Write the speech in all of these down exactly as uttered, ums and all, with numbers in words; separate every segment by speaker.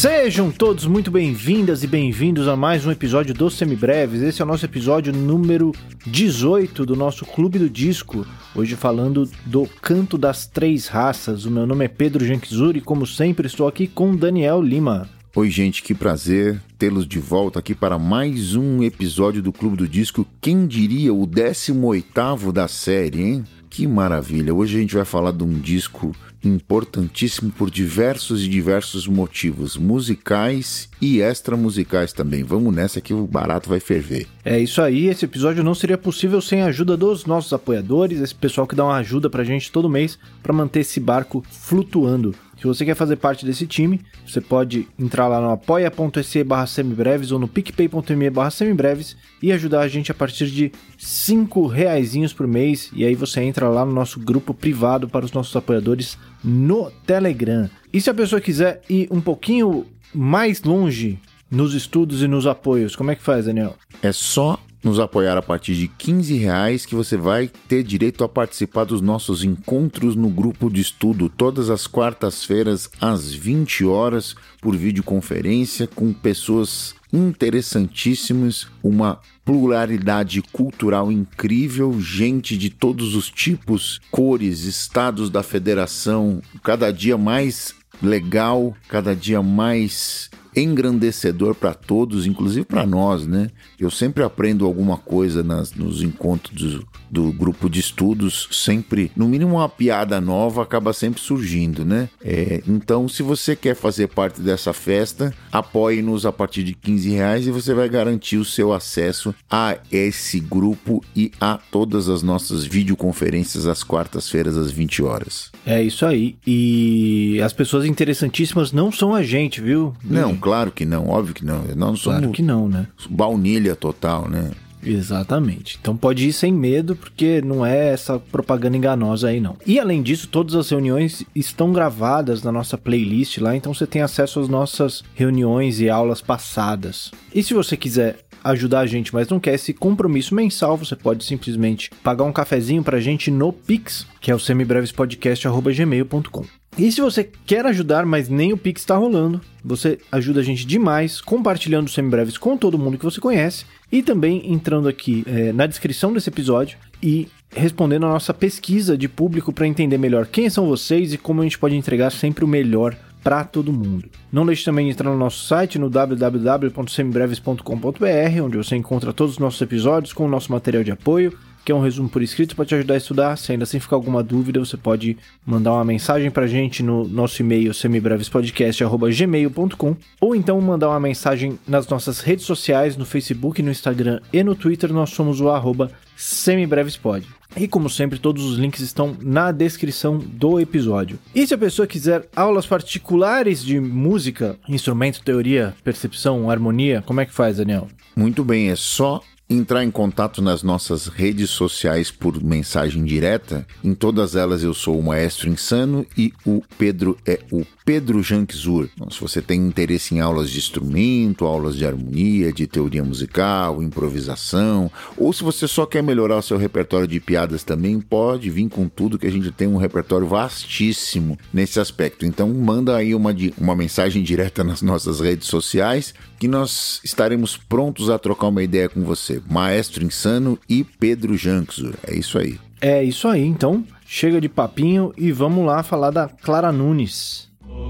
Speaker 1: Sejam todos muito bem-vindas e bem-vindos a mais um episódio do Semibreves. Esse é o nosso episódio número dezoito do nosso Clube do Disco. Hoje falando do Canto das Três Raças. O meu nome é Pedro Janquizuri e, como sempre, estou aqui com Daniel Lima.
Speaker 2: Oi, gente, que prazer tê-los de volta aqui para mais um episódio do Clube do Disco. Quem diria, o décimo oitavo da série, hein? Que maravilha! Hoje a gente vai falar de um disco importantíssimo por diversos e diversos motivos, musicais e extramusicais também. Vamos nessa que o barato vai ferver.
Speaker 1: É isso aí, esse episódio não seria possível sem a ajuda dos nossos apoiadores, esse pessoal que dá uma ajuda pra gente todo mês para manter esse barco flutuando. Se você quer fazer parte desse time, você pode entrar lá no apoia.se barra semibreves ou no picpay.me barra semibreves e ajudar a gente a partir de cinco reaisinhos por mês. E aí você entra lá no nosso grupo privado para os nossos apoiadores no Telegram. E se a pessoa quiser ir um pouquinho mais longe nos estudos e nos apoios, como é que faz, Daniel?
Speaker 2: É só nos apoiar a partir de quinze reais que você vai ter direito a participar dos nossos encontros no grupo de estudo todas as quartas-feiras às vinte horas por videoconferência com pessoas interessantíssimas, uma pluralidade cultural incrível, gente de todos os tipos, cores, estados da federação, cada dia mais legal, cada dia mais engrandecedor para todos, inclusive para nós, né? Eu sempre aprendo alguma coisa nas, nos encontros do, do grupo de estudos, sempre, no mínimo uma piada nova acaba sempre surgindo, né? É, então, se você quer fazer parte dessa festa, apoie-nos a partir de quinze reais e você vai garantir o seu acesso a esse grupo e a todas as nossas videoconferências às quartas-feiras às vinte horas.
Speaker 1: É isso aí. E as pessoas interessantíssimas não são a gente, viu?
Speaker 2: Não, claro que não, óbvio que não. Nós somos
Speaker 1: claro que não, né?
Speaker 2: Baunilha total, né?
Speaker 1: Exatamente. Então pode ir sem medo, porque não é essa propaganda enganosa aí, não. E além disso, todas as reuniões estão gravadas na nossa playlist lá, então você tem acesso às nossas reuniões e aulas passadas. E se você quiser ajudar a gente, mas não quer esse compromisso mensal, você pode simplesmente pagar um cafezinho pra gente no Pix, que é o semibrevespodcast arroba gmail ponto com. E se você quer ajudar, mas nem o Pix está rolando, você ajuda a gente demais compartilhando o Semibreves com todo mundo que você conhece e também entrando aqui é, na descrição desse episódio e respondendo a nossa pesquisa de público para entender melhor quem são vocês e como a gente pode entregar sempre o melhor para todo mundo. Não deixe também de entrar no nosso site no w w w ponto semibreves ponto com ponto b r, onde você encontra todos os nossos episódios com o nosso material de apoio, que é um resumo por escrito para te ajudar a estudar. Se ainda assim ficar alguma dúvida, você pode mandar uma mensagem pra gente no nosso e-mail semibrevespodcast arroba gmail ponto com ou então mandar uma mensagem nas nossas redes sociais, no Facebook, no Instagram e no Twitter. Nós somos o arroba semibrevespod. E como sempre, todos os links estão na descrição do episódio. E se a pessoa quiser aulas particulares de música, instrumento, teoria, percepção, harmonia, como é que faz, Daniel?
Speaker 2: Muito bem, é só entrar em contato nas nossas redes sociais por mensagem direta. Em todas elas eu sou o Maestro Insano e o Pedro é o Pedro Janquizur. Então, se você tem interesse em aulas de instrumento, aulas de harmonia, de teoria musical, improvisação, ou se você só quer melhorar o seu repertório de piadas também, pode vir com tudo, que a gente tem um repertório vastíssimo nesse aspecto. Então manda aí uma, uma mensagem direta nas nossas redes sociais que nós estaremos prontos a trocar uma ideia com você. Maestro Insano e Pedro Janquizur. É isso aí.
Speaker 1: É isso aí, então chega de papinho e vamos lá falar da Clara Nunes.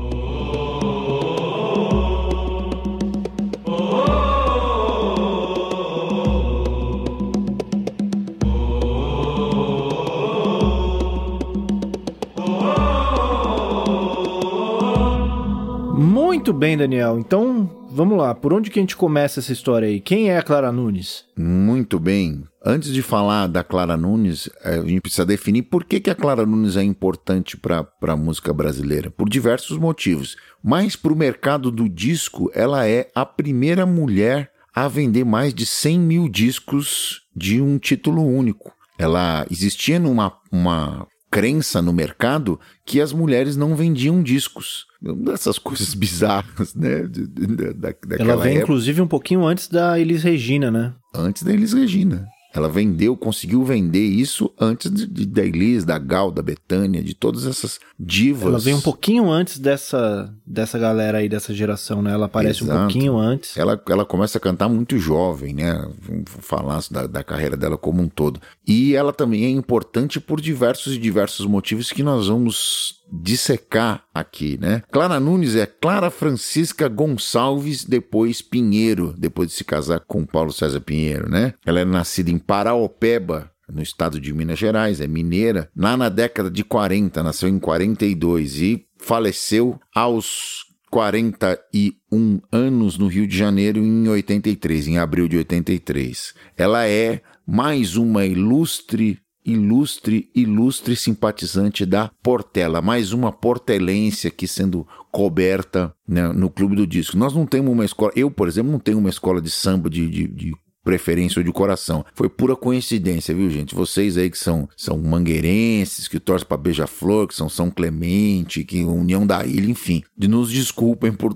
Speaker 1: Muito bem, Daniel. Então, vamos lá. Por onde que a gente começa essa história aí? Quem é a Clara Nunes?
Speaker 2: Muito bem. Antes de falar da Clara Nunes, a gente precisa definir por que, que a Clara Nunes é importante para a música brasileira. Por diversos motivos. Mas para o mercado do disco, ela é a primeira mulher a vender mais de cem mil discos de um título único. Ela existia numa uma crença no mercado que as mulheres não vendiam discos. Dessas coisas bizarras, né? De, de, da, daquela
Speaker 1: Ela vem,
Speaker 2: época.
Speaker 1: Inclusive, um pouquinho antes da Elis Regina, né?
Speaker 2: Antes da Elis Regina. Ela vendeu, conseguiu vender isso antes de, de, da Elis, da Gal, da Bethânia, de todas essas divas.
Speaker 1: Ela veio um pouquinho antes dessa, dessa galera aí, dessa geração, né? Ela aparece Exato. um pouquinho antes.
Speaker 2: Ela, ela começa a cantar muito jovem, né? Vamos falar da, da carreira dela como um todo. E ela também é importante por diversos e diversos motivos que nós vamos dissecar aqui, né? Clara Nunes é Clara Francisca Gonçalves, depois Pinheiro, depois de se casar com Paulo César Pinheiro, né? Ela é nascida em Paraopeba, no estado de Minas Gerais, é mineira, lá na década de quarenta, nasceu em quarenta e dois e faleceu aos quarenta e um anos no Rio de Janeiro em oitenta e três, em abril de oitenta e três. Ela é mais uma ilustre ilustre, ilustre simpatizante da Portela, mais uma portelense aqui sendo coberta, né, no Clube do Disco. Nós não temos uma escola, eu, por exemplo, não tenho uma escola de samba de, de, de preferência ou de coração. Foi pura coincidência, viu, gente? Vocês aí que são, são mangueirenses, que torcem pra Beija-Flor, que são São Clemente, que União da Ilha, enfim. De nos desculpem por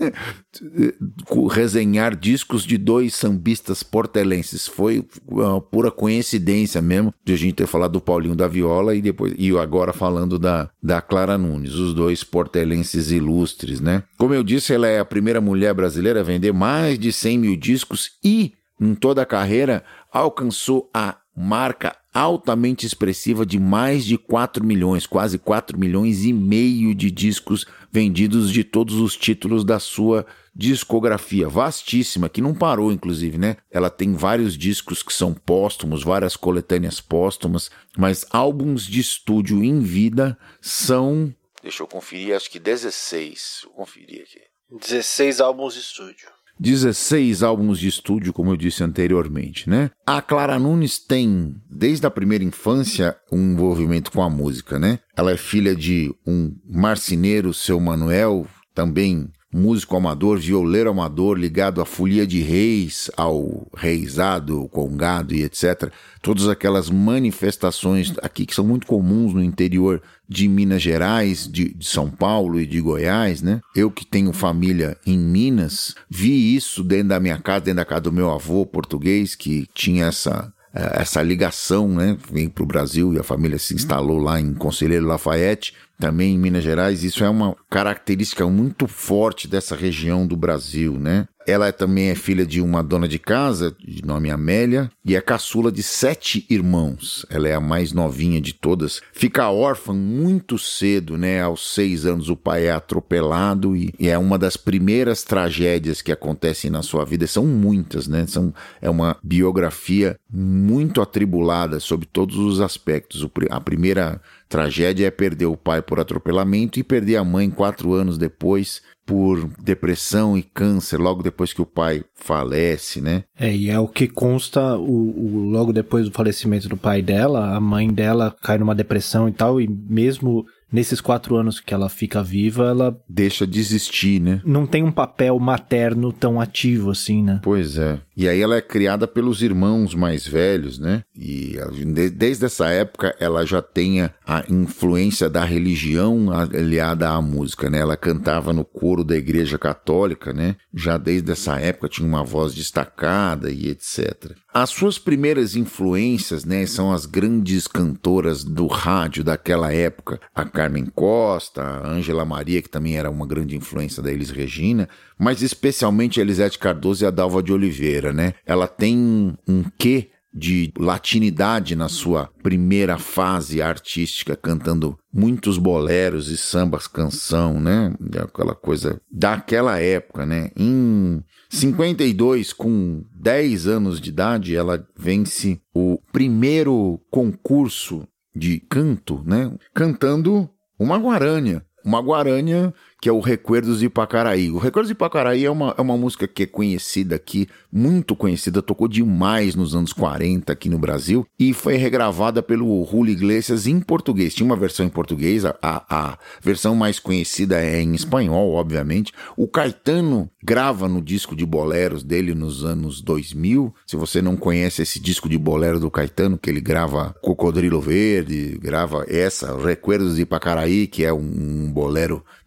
Speaker 2: resenhar discos de dois sambistas portelenses. Foi uma pura coincidência mesmo de a gente ter falado do Paulinho da Viola e depois e agora falando da, da Clara Nunes, os dois portelenses ilustres, né? Como eu disse, ela é a primeira mulher brasileira a vender mais de cem mil discos e em toda a carreira, alcançou a marca altamente expressiva de mais de quatro milhões, quase quatro milhões e meio de discos vendidos de todos os títulos da sua discografia, vastíssima, que não parou, inclusive, né? Ela tem vários discos que são póstumos, várias coletâneas póstumas, mas álbuns de estúdio em vida são... Deixa eu conferir, acho que dezesseis. Vou conferir aqui.
Speaker 1: dezesseis álbuns de estúdio.
Speaker 2: dezesseis álbuns de estúdio, como eu disse anteriormente, né? A Clara Nunes tem, desde a primeira infância, um envolvimento com a música, né? Ela é filha de um marceneiro, seu Manuel, também músico amador, violeiro amador, ligado à folia de reis, ao reisado, congado e etcétera. Todas aquelas manifestações aqui que são muito comuns no interior de Minas Gerais, de, de São Paulo e de Goiás, né? Eu que tenho família em Minas, vi isso dentro da minha casa, dentro da casa do meu avô português, que tinha essa... essa ligação, né, vem para o Brasil e a família se instalou lá em Conselheiro Lafayette, também em Minas Gerais. Isso é uma característica muito forte dessa região do Brasil, né? Ela também é filha de uma dona de casa, de nome Amélia, e é caçula de sete irmãos. Ela é a mais novinha de todas. Fica órfã muito cedo, né? Aos seis anos o pai é atropelado e, e é uma das primeiras tragédias que acontecem na sua vida. São muitas, né? São, é uma biografia muito atribulada sobre todos os aspectos. O, a primeira tragédia é perder o pai por atropelamento e perder a mãe quatro anos depois por depressão e câncer, logo depois que o pai falece, né?
Speaker 1: É, e é o que consta, o, o, logo depois do falecimento do pai dela, a mãe dela cai numa depressão e tal, e mesmo nesses quatro anos que ela fica viva, ela...
Speaker 2: deixa de existir, né?
Speaker 1: Não tem um papel materno tão ativo assim, né?
Speaker 2: Pois é. E aí ela é criada pelos irmãos mais velhos, né? E desde essa época ela já tem a influência da religião aliada à música, né? Ela cantava no coro da Igreja Católica, né? Já desde essa época tinha uma voz destacada e etcétera. As suas primeiras influências, né, são as grandes cantoras do rádio daquela época, a Carmen Costa, a Ângela Maria, que também era uma grande influência da Elis Regina, mas especialmente a Elisete Cardoso e a Dalva de Oliveira, né? Ela tem um quê de latinidade na sua primeira fase artística, cantando muitos boleros e sambas canção, né? Aquela coisa daquela época, né? Em cinquenta e dois, com dez anos de idade, ela vence o primeiro concurso de canto, né? Cantando uma guarânia. Uma guarânia que é o Recuerdos de Ipacaraí. O Recuerdos de Ipacaraí é uma, é uma música que é conhecida aqui, muito conhecida, tocou demais nos anos quarenta aqui no Brasil e foi regravada pelo Julio Iglesias em português. Tinha uma versão em português, a, a versão mais conhecida é em espanhol, obviamente. O Caetano grava no disco de boleros dele nos anos dois mil. Se você não conhece esse disco de bolero do Caetano, que ele grava Cocodrilo Verde, grava essa, Recuerdos de Ipacaraí, que é um, um bolero também em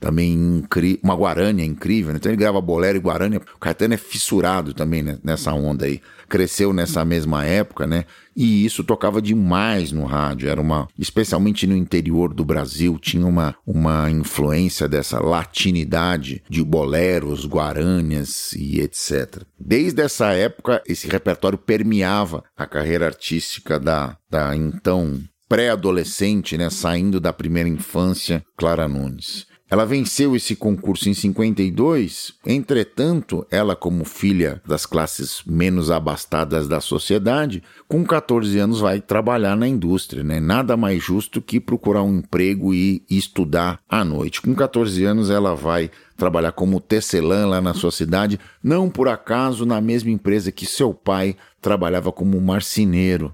Speaker 2: incri... uma Guarânia incrível, né? Então ele grava bolero e Guarânia. O Caetano é fissurado também, né? Nessa onda aí. Cresceu nessa mesma época, né? E isso tocava demais no rádio. Era uma, especialmente no interior do Brasil, tinha uma, uma influência dessa latinidade de boleros, guarânias e etcétera. Desde essa época, esse repertório permeava a carreira artística da, da então pré-adolescente, né? Saindo da primeira infância, Clara Nunes. Ela venceu esse concurso em cinquenta e dois, entretanto, ela como filha das classes menos abastadas da sociedade, com catorze anos vai trabalhar na indústria, né? Nada mais justo que procurar um emprego e estudar à noite. Com catorze anos ela vai trabalhar como tecelã lá na sua cidade, não por acaso na mesma empresa que seu pai trabalhava como marceneiro.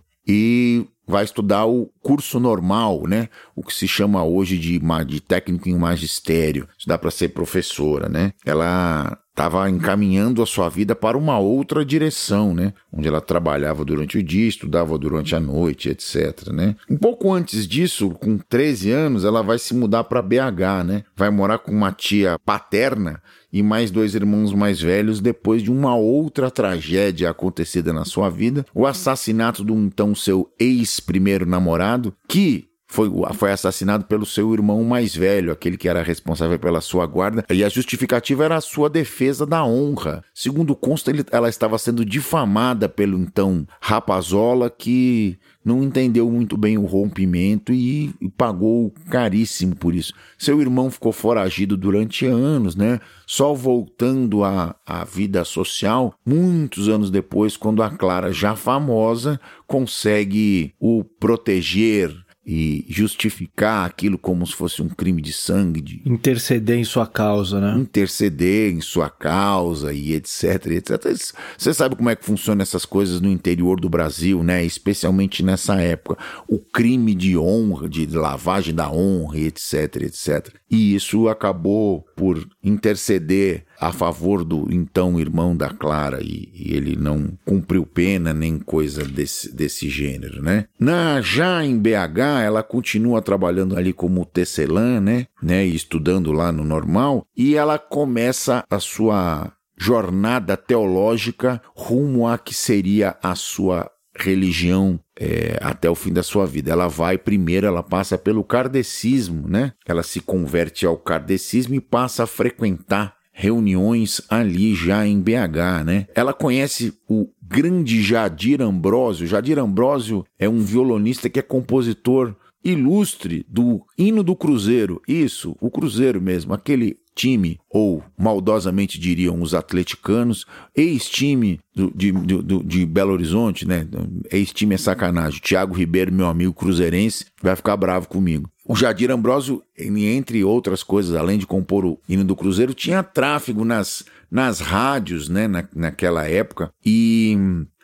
Speaker 2: E vai estudar o curso normal, né? O que se chama hoje de, de técnico em magistério. Isso dá para ser professora, né? Ela estava encaminhando a sua vida para uma outra direção, né? Onde ela trabalhava durante o dia, estudava durante a noite, etcétera, né? Um pouco antes disso, com treze anos, ela vai se mudar para B H, né? Vai morar com uma tia paterna e mais dois irmãos mais velhos depois de uma outra tragédia acontecida na sua vida, o assassinato do então seu ex-primeiro namorado, que Foi, foi assassinado pelo seu irmão mais velho, aquele que era responsável pela sua guarda, e a justificativa era a sua defesa da honra. Segundo consta, ele, ela estava sendo difamada pelo então Rapazola, que não entendeu muito bem o rompimento e, e pagou caríssimo por isso. Seu irmão ficou foragido durante anos, né? Só voltando à, à vida social, muitos anos depois, quando a Clara, já famosa, consegue o proteger e justificar aquilo como se fosse um crime de sangue. De
Speaker 1: interceder em sua causa, né?
Speaker 2: Interceder em sua causa e etc, etcétera. Você sabe como é que funcionam essas coisas no interior do Brasil, né? Especialmente nessa época. O crime de honra, de lavagem da honra e etc, etcétera. E isso acabou por interceder a favor do então irmão da Clara, e, e ele não cumpriu pena nem coisa desse, desse gênero, né? Na, já em B H, ela continua trabalhando ali como tecelã, né? né? Estudando lá no normal, e ela começa a sua jornada teológica rumo a que seria a sua religião é, até o fim da sua vida. Ela vai, primeiro ela passa pelo kardecismo, né? Ela se converte ao kardecismo e passa a frequentar reuniões ali já em B H, né? Ela conhece o grande Jadir Ambrósio. Jadir Ambrósio é um violonista que é compositor ilustre do Hino do Cruzeiro. Isso, o Cruzeiro mesmo, aquele time, ou maldosamente diriam os atleticanos, ex-time do, de, do, de Belo Horizonte, né? Ex-time é sacanagem. Thiago Ribeiro, meu amigo cruzeirense, vai ficar bravo comigo. O Jadir Ambrósio, entre outras coisas, além de compor o Hino do Cruzeiro, tinha tráfego nas, nas rádios, né? Na, naquela época, e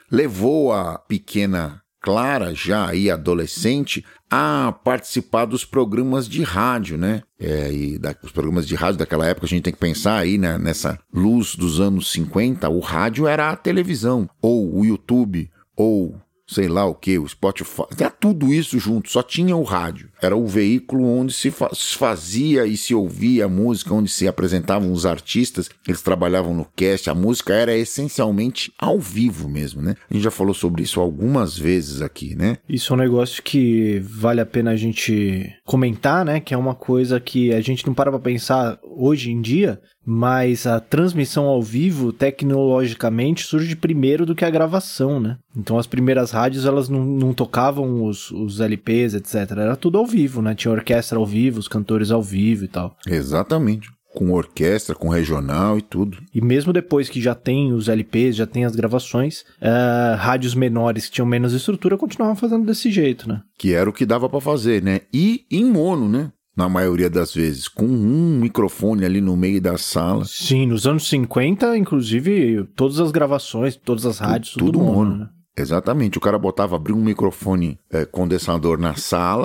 Speaker 2: levou a pequena Clara, já aí adolescente, a participar dos programas de rádio, né? É, e da, os programas de rádio daquela época, a gente tem que pensar aí, né, nessa luz dos anos cinquenta, o rádio era a televisão, ou o YouTube, ou sei lá o que, o Spotify, era tudo isso junto, só tinha o rádio. Era o veículo onde se fazia e se ouvia a música, onde se apresentavam os artistas, eles trabalhavam no cast, a música era essencialmente ao vivo mesmo, né? A gente já falou sobre isso algumas vezes aqui, né?
Speaker 1: Isso é um negócio que vale a pena a gente comentar, né? Que é uma coisa que a gente não para pra pensar hoje em dia, mas a transmissão ao vivo, tecnologicamente, surge primeiro do que a gravação, né? Então as primeiras rádios, elas não, não tocavam os, os L Ps, etcétera. Era tudo ao vivo, né? Tinha orquestra ao vivo, os cantores ao vivo e tal.
Speaker 2: Exatamente. Com orquestra, com regional e tudo.
Speaker 1: E mesmo depois que já tem os L Ps, já tem as gravações, uh, rádios menores que tinham menos estrutura continuavam fazendo desse jeito, né?
Speaker 2: Que era o que dava pra fazer, né? E em mono, né? Na maioria das vezes, com um microfone ali no meio da sala.
Speaker 1: Sim, nos anos cinquenta, inclusive, todas as gravações, todas as rádios, tudo, tudo mono. mono. Né?
Speaker 2: Exatamente, o cara botava, abria um microfone é, condensador na sala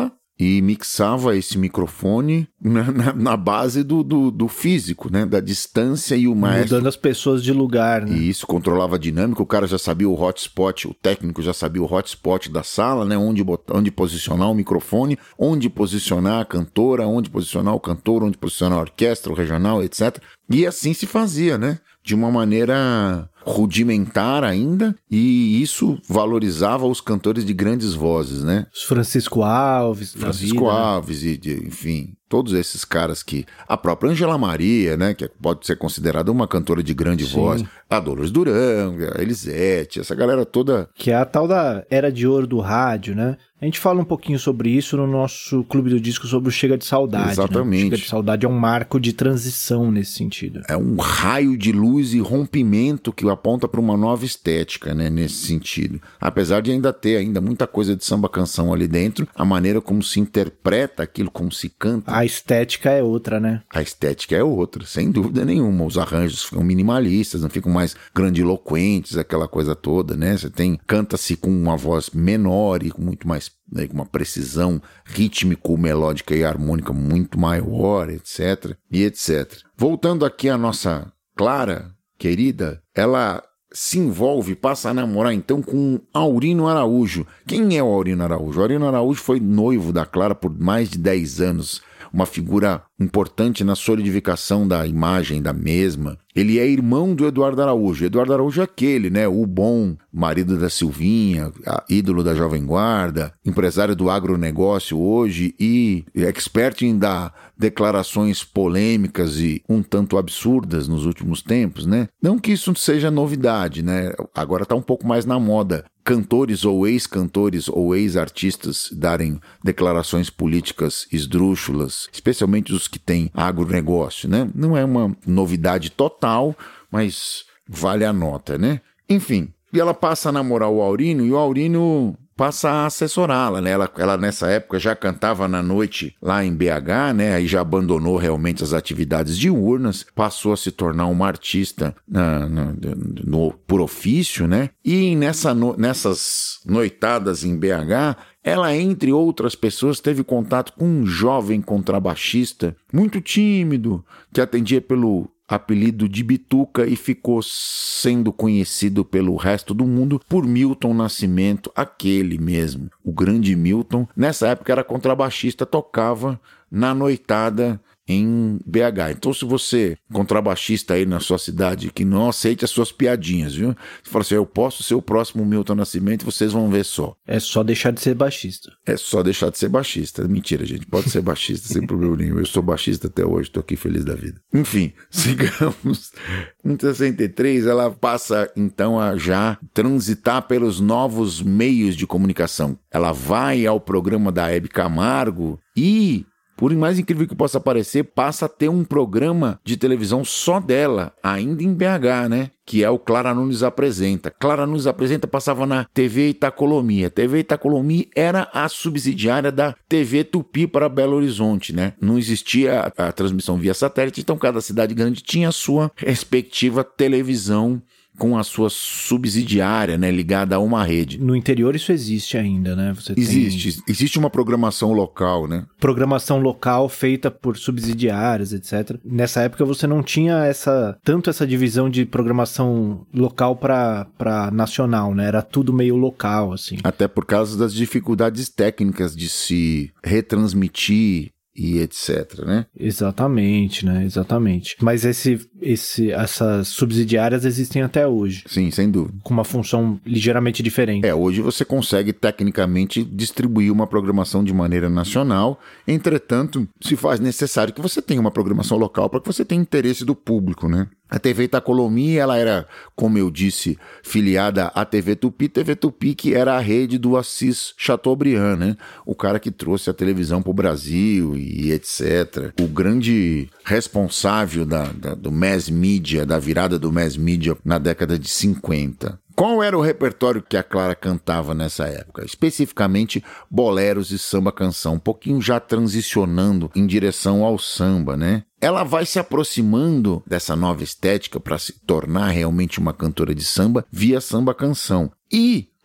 Speaker 2: e mixava esse microfone na, na, na base do, do, do físico, né? Da distância, e o maestro...
Speaker 1: Mudando as pessoas de lugar, né?
Speaker 2: E isso controlava a dinâmica, o cara já sabia o hotspot, o técnico já sabia o hotspot da sala, né? Onde, botar, onde posicionar o microfone, onde posicionar a cantora, onde posicionar o cantor, onde posicionar a orquestra, o regional, etcétera. E assim se fazia, né? De uma maneira rudimentar ainda, e isso valorizava os cantores de grandes vozes, né?
Speaker 1: Francisco Alves.
Speaker 2: Francisco
Speaker 1: vida,
Speaker 2: Alves, né? e, enfim, todos esses caras que... A própria Ângela Maria, né? Que pode ser considerada uma cantora de grande
Speaker 1: Sim.
Speaker 2: voz. A Dolores Duran, a Elisete, essa galera toda...
Speaker 1: Que é a tal da Era de Ouro do rádio, né? A gente fala um pouquinho sobre isso no nosso Clube do Disco, sobre o Chega de Saudade.
Speaker 2: Exatamente.
Speaker 1: Né? O Chega de Saudade é um marco de transição nesse sentido.
Speaker 2: É um raio de luz e rompimento que aponta para uma nova estética, né? Nesse sentido. Apesar de ainda ter ainda muita coisa de samba-canção ali dentro, a maneira como se interpreta aquilo, como se canta...
Speaker 1: A estética é outra, né?
Speaker 2: A estética é outra, sem dúvida nenhuma. Os arranjos ficam minimalistas, não ficam mais grandiloquentes, aquela coisa toda, né? Você tem... Canta-se com uma voz menor e com muito mais... Né, com uma precisão rítmico, melódica e harmônica muito maior, etc, e etcétera. Voltando aqui à nossa Clara, querida, ela se envolve, passa a namorar então com Aurino Araújo. Quem é o Aurino Araújo? O Aurino Araújo foi noivo da Clara por mais de dez anos, uma figura importante na solidificação da imagem da mesma. Ele é irmão do Eduardo Araújo. Eduardo Araújo é aquele, né? O bom marido da Silvinha, ídolo da Jovem Guarda, empresário do agronegócio hoje e expert em dar declarações polêmicas e um tanto absurdas nos últimos tempos, né? Não que isso seja novidade, né? Agora tá um pouco mais na moda. Cantores ou ex-cantores ou ex-artistas darem declarações políticas esdrúxulas, especialmente os que têm agronegócio, né? Não é uma novidade total, mas vale a nota, né? Enfim, e ela passa a namorar o Aurino, e o Aurino passa a assessorá-la, né? Ela, ela nessa época já cantava na noite lá em B H, né? Aí já abandonou realmente as atividades diurnas, passou a se tornar uma artista na, na, no, por ofício, né? E nessa no, nessas noitadas em B H, ela, entre outras pessoas, teve contato com um jovem contrabaixista muito tímido, que atendia pelo apelido de Bituca e ficou sendo conhecido pelo resto do mundo por Milton Nascimento, aquele mesmo, o grande Milton. Nessa época era contrabaixista, tocava na noitada em B H. Então, se você, contrabaixista aí na sua cidade, que não aceite as suas piadinhas, viu? Você fala assim, eu posso ser o próximo Milton Nascimento, vocês vão ver só.
Speaker 1: É só deixar de ser baixista.
Speaker 2: É só deixar de ser baixista. Mentira, gente. Pode ser baixista sem problema nenhum. Eu sou baixista até hoje, tô aqui feliz da vida. Enfim, sigamos. Em sessenta e três, ela passa, então, a já transitar pelos novos meios de comunicação. Ela vai ao programa da Hebe Camargo e... por mais incrível que possa parecer, passa a ter um programa de televisão só dela, ainda em B H, né? Que é o Clara Nunes Apresenta. Clara Nunes Apresenta passava na T V Itacolomi. A T V Itacolomi era a subsidiária da T V Tupi para Belo Horizonte, né? Não existia a, a transmissão via satélite, então cada cidade grande tinha a sua respectiva televisão com a sua subsidiária, né, ligada a uma rede.
Speaker 1: No interior isso existe ainda, né? Você
Speaker 2: existe,
Speaker 1: tem...
Speaker 2: existe uma programação local, né?
Speaker 1: Programação local feita por subsidiárias, etcétera. Nessa época você não tinha essa tanto essa divisão de programação local para para nacional, né? Era tudo meio local, assim.
Speaker 2: Até por causa das dificuldades técnicas de se retransmitir e etcétera, né?
Speaker 1: Exatamente, né? Exatamente. Mas esse, esse, essas subsidiárias existem até hoje.
Speaker 2: Sim, sem dúvida.
Speaker 1: Com uma função ligeiramente diferente.
Speaker 2: É, hoje você consegue tecnicamente distribuir uma programação de maneira nacional, entretanto, se faz necessário que você tenha uma programação local para que você tenha interesse do público, né? A T V Itacolomi, ela era, como eu disse, filiada à T V Tupi, T V Tupi que era a rede do Assis Chateaubriand, né? O cara que trouxe a televisão para o Brasil e etcétera. O grande responsável da, da, do mass media, da virada do mass media na década de cinquenta. Qual era o repertório que a Clara cantava nessa época? Especificamente boleros e samba-canção, um pouquinho já transicionando em direção ao samba, né? Ela vai se aproximando dessa nova estética para se tornar realmente uma cantora de samba via samba-canção. E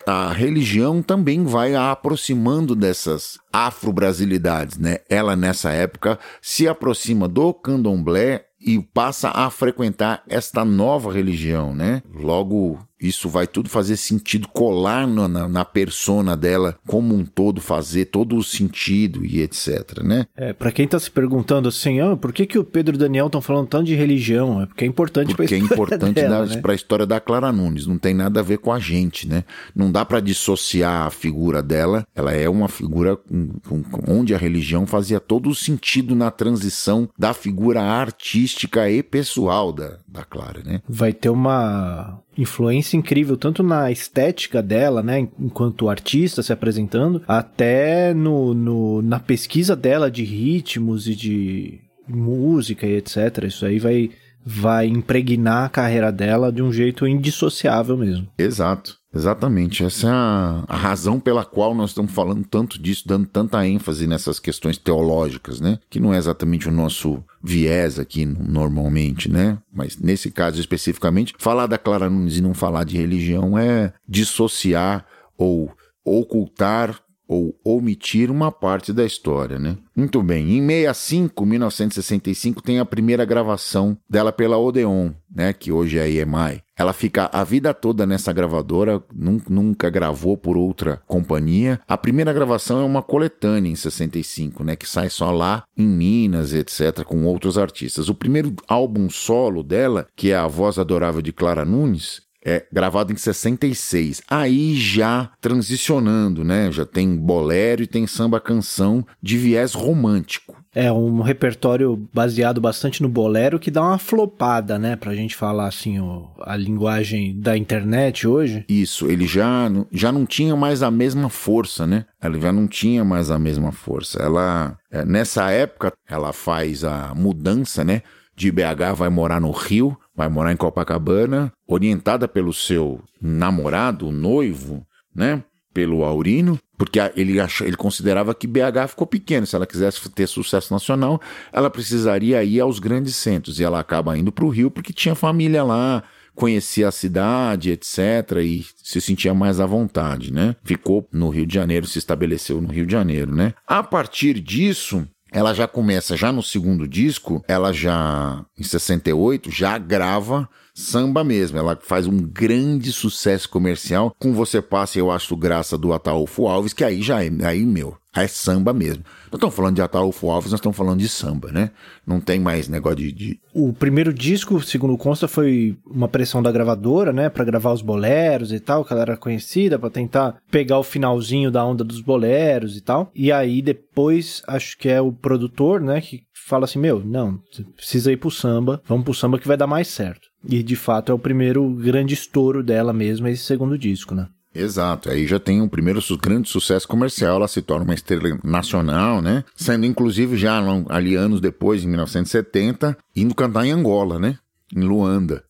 Speaker 2: a religião também vai a aproximando dessas afro-brasilidades, né? Ela, nessa época, se aproxima do candomblé e passa a frequentar esta nova religião, né? Logo, isso vai tudo fazer sentido, colar na, na, na persona dela como um todo, fazer todo o sentido e etc, né?
Speaker 1: É, pra quem tá se perguntando assim, ah, por que que o Pedro e o Daniel estão falando tanto de religião? É porque é importante
Speaker 2: porque
Speaker 1: pra história
Speaker 2: é importante
Speaker 1: dela,
Speaker 2: da,
Speaker 1: né?
Speaker 2: pra história da Clara Nunes, não tem nada a ver com a gente, né? Não dá pra dissociar a figura dela, ela é uma figura com, com, onde a religião fazia todo o sentido na transição da figura artística e pessoal da, da Clara, né?
Speaker 1: Vai ter uma influência incrível, tanto na estética dela, né, enquanto artista se apresentando, até no, no, na pesquisa dela de ritmos e de música e etcétera. Isso aí vai, vai impregnar a carreira dela de um jeito indissociável mesmo.
Speaker 2: Exato. Exatamente, essa é a, a razão pela qual nós estamos falando tanto disso, dando tanta ênfase nessas questões teológicas, né? Que não é exatamente o nosso viés aqui normalmente, né? Mas nesse caso especificamente, falar da Clara Nunes e não falar de religião é dissociar ou ocultar ou omitir uma parte da história, né? Muito bem, em sessenta e cinco, mil novecentos e sessenta e cinco, tem a primeira gravação dela pela Odeon, né? Que hoje é a E M I. Ela fica a vida toda nessa gravadora, nunca gravou por outra companhia. A primeira gravação é uma coletânea em sessenta e cinco, né? Que sai só lá em Minas, etcétera, com outros artistas. O primeiro álbum solo dela, que é A Voz Adorável de Clara Nunes, é gravado em sessenta e seis, aí já transicionando, né? Já tem bolero e tem samba-canção de viés romântico.
Speaker 1: É um repertório baseado bastante no bolero que dá uma flopada, né? Pra gente falar assim, o, a linguagem da internet hoje.
Speaker 2: Isso, ele já, já não tinha mais a mesma força, né? Ela já não tinha mais a mesma força. Ela, nessa época, ela faz a mudança, né? De B H vai morar no Rio, vai morar em Copacabana, orientada pelo seu namorado, noivo, né? Pelo Aurino, porque ele, ach... ele considerava que B H ficou pequeno. Se ela quisesse ter sucesso nacional, ela precisaria ir aos grandes centros. E ela acaba indo para o Rio porque tinha família lá, conhecia a cidade, etcétera, e se sentia mais à vontade, né? Ficou no Rio de Janeiro, se estabeleceu no Rio de Janeiro, né? A partir disso, ela já começa, já no segundo disco, ela já, em sessenta e oito, já grava samba mesmo. Ela faz um grande sucesso comercial com Você Passa e Eu Acho Graça do Ataúfo Alves, que aí já é, aí, meu, é samba mesmo. Não estamos falando de Ataúfo Alves, nós estamos falando de samba, né? Não tem mais negócio de... de...
Speaker 1: O primeiro disco, segundo consta, foi uma pressão da gravadora, né? Pra gravar os boleros e tal, que ela era conhecida, pra tentar pegar o finalzinho da onda dos boleros e tal. E aí depois, acho que é o produtor, né? Que fala assim, meu, não, você precisa ir pro samba, vamos pro samba que vai dar mais certo. E de fato é o primeiro grande estouro dela mesmo, esse segundo disco, né?
Speaker 2: Exato, aí já tem um primeiro su- grande sucesso comercial, ela se torna uma estrela nacional, né? Sendo inclusive já ali anos depois, em mil novecentos e setenta, indo cantar em Angola, né? Em Luanda.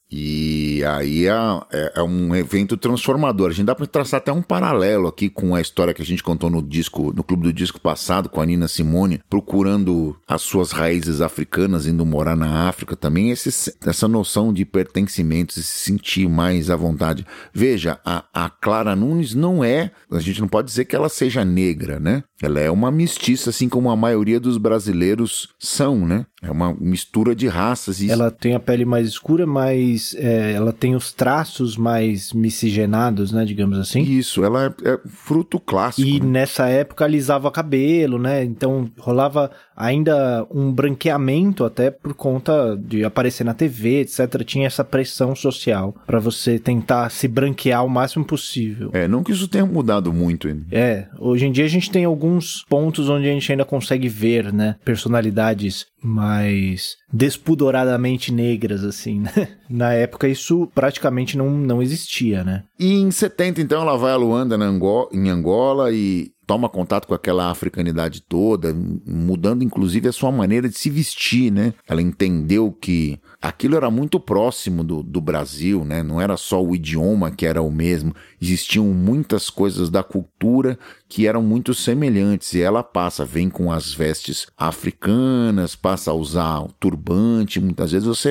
Speaker 2: E aí é, é, é um evento transformador. A gente dá para traçar até um paralelo aqui com a história que a gente contou no disco, no Clube do Disco passado, com a Nina Simone, procurando as suas raízes africanas, indo morar na África também, esse, essa noção de pertencimento, se sentir mais à vontade. Veja, a, a Clara Nunes não é, a gente não pode dizer que ela seja negra, né? Ela é uma mestiça, assim como a maioria dos brasileiros são, né? É uma mistura de raças. E...
Speaker 1: Ela tem a pele mais escura, mas é, ela tem os traços mais miscigenados, né, digamos assim.
Speaker 2: Isso, ela é, é fruto clássico.
Speaker 1: E
Speaker 2: né?
Speaker 1: nessa época alisava cabelo, né? Então rolava ainda um branqueamento até por conta de aparecer na T V, etcétera. Tinha essa pressão social pra você tentar se branquear o máximo possível.
Speaker 2: É, não que isso tenha mudado muito. Hein?
Speaker 1: É, hoje em dia a gente tem alguns pontos onde a gente ainda consegue ver, né, personalidades mais despudoradamente negras, assim, né? Na época isso praticamente não, não existia, né?
Speaker 2: E em setenta, então, ela vai a Luanda, na Angola, em Angola, e toma contato com aquela africanidade toda, mudando inclusive a sua maneira de se vestir, né? Ela entendeu que aquilo era muito próximo do, do Brasil, né? Não era só o idioma que era o mesmo, existiam muitas coisas da cultura que eram muito semelhantes, e ela passa, vem com as vestes africanas, passa a usar o turbante, muitas vezes você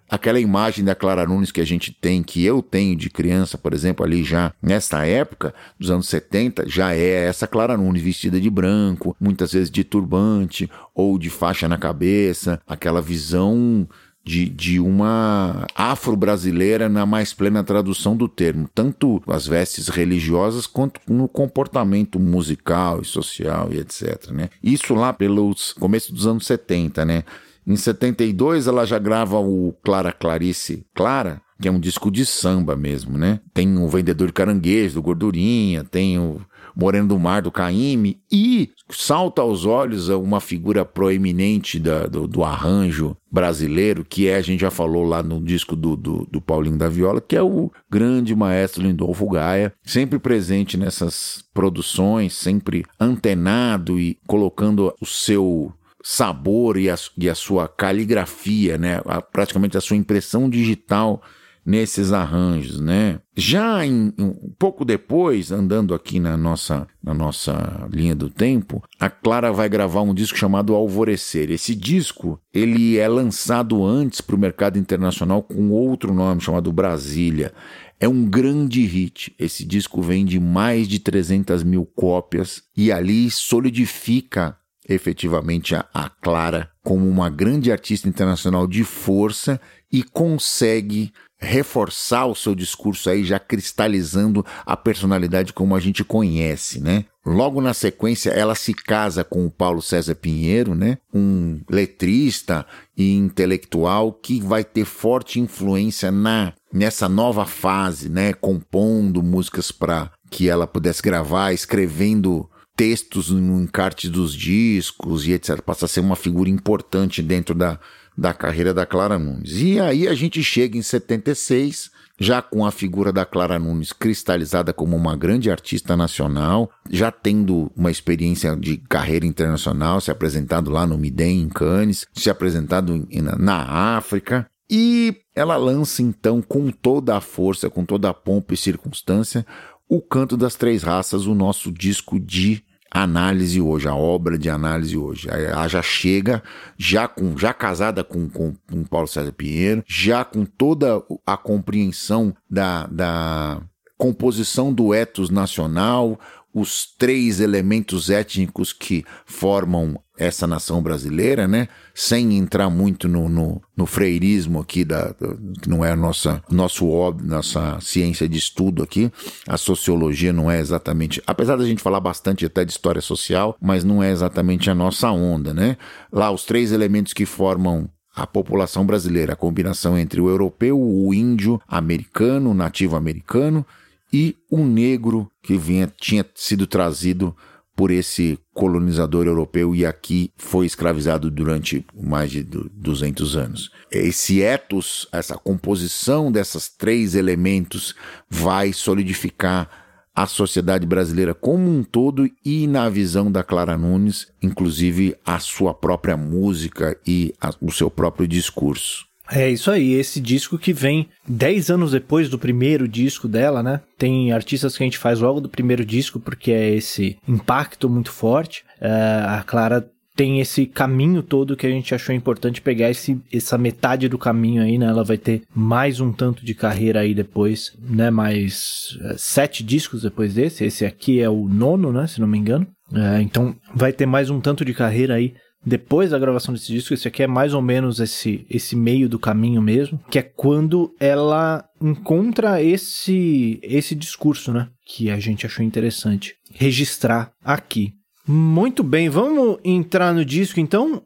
Speaker 2: aquela imagem da Clara Nunes que a gente tem, que eu tenho de criança, por exemplo, ali já nessa época, dos anos setenta, já é essa Clara Nunes vestida de branco, muitas vezes de turbante ou de faixa na cabeça, aquela visão de, de uma afro-brasileira na mais plena tradução do termo, tanto as vestes religiosas quanto no comportamento musical e social e etcétera, né? Isso lá pelos começo dos anos setenta, né? Em setenta e dois ela já grava o Clara Clarice Clara, que é um disco de samba mesmo, né? Tem o Vendedor de Caranguejo, do Gordurinha, tem o Moreno do Mar, do Caymmi, e salta aos olhos uma figura proeminente da, do, do arranjo brasileiro, que é, a gente já falou lá no disco do, do, do Paulinho da Viola, que é o grande maestro Lindolfo Gaia, sempre presente nessas produções, sempre antenado e colocando o seu sabor e a, e a sua caligrafia, né? A, praticamente a sua impressão digital nesses arranjos, né? Já em, um pouco depois, andando aqui na nossa, na nossa linha do tempo, a Clara vai gravar um disco chamado Alvorecer. Esse disco, ele é lançado antes para o mercado internacional com outro nome, chamado Brasília. É um grande hit. Esse disco vende mais de trezentas mil cópias e ali solidifica efetivamente a, a Clara como uma grande artista internacional de força e consegue reforçar o seu discurso aí, já cristalizando a personalidade como a gente conhece, né? Logo na sequência, ela se casa com o Paulo César Pinheiro, né? Um letrista e intelectual que vai ter forte influência na, nessa nova fase, né? Compondo músicas para que ela pudesse gravar, escrevendo textos no encarte dos discos e etcétera. Passa a ser uma figura importante dentro da, da carreira da Clara Nunes. E aí a gente chega em setenta e seis, já com a figura da Clara Nunes cristalizada como uma grande artista nacional, já tendo uma experiência de carreira internacional, se apresentado lá no Midem, em Cannes, se apresentado em, na África. E ela lança então com toda a força, com toda a pompa e circunstância, o Canto das Três Raças, o nosso disco de análise hoje, a obra de análise hoje. Ela já chega, já, com, já casada com, com, com Paulo César Pinheiro, já com toda a compreensão da, da composição do ethos nacional, os três elementos étnicos que formam essa nação brasileira, né? Sem entrar muito no, no, no freirismo aqui, da, que não é a nossa, nosso, nossa ciência de estudo aqui. A sociologia não é exatamente, apesar da gente falar bastante até de história social, mas não é exatamente a nossa onda, né? Lá os três elementos que formam a população brasileira, a combinação entre o europeu, o índio, americano, o nativo americano, e o negro que vinha, tinha sido trazido por esse colonizador europeu e aqui foi escravizado durante mais de duzentos anos. Esse ethos, essa composição desses três elementos vai solidificar a sociedade brasileira como um todo e, na visão da Clara Nunes, inclusive a sua própria música e a, o seu próprio discurso.
Speaker 1: É isso aí, esse disco que vem dez anos depois do primeiro disco dela, né? Tem artistas que a gente faz logo do primeiro disco porque é esse impacto muito forte. É, a Clara tem esse caminho todo que a gente achou importante pegar esse, essa metade do caminho aí, né? Ela vai ter mais um tanto de carreira aí depois, né? Mais é, sete discos depois desse. Esse aqui é o nono, né? Se não me engano. É, então vai ter mais um tanto de carreira aí depois da gravação desse disco. Esse aqui é mais ou menos esse, esse meio do caminho mesmo, que é quando ela encontra esse, esse discurso, né? Que a gente achou interessante registrar aqui. Muito bem, vamos entrar no disco então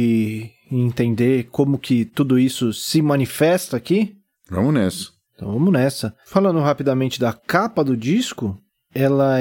Speaker 1: e entender como que tudo isso se manifesta aqui?
Speaker 2: Vamos nessa.
Speaker 1: Então vamos nessa. Falando rapidamente da capa do disco, ela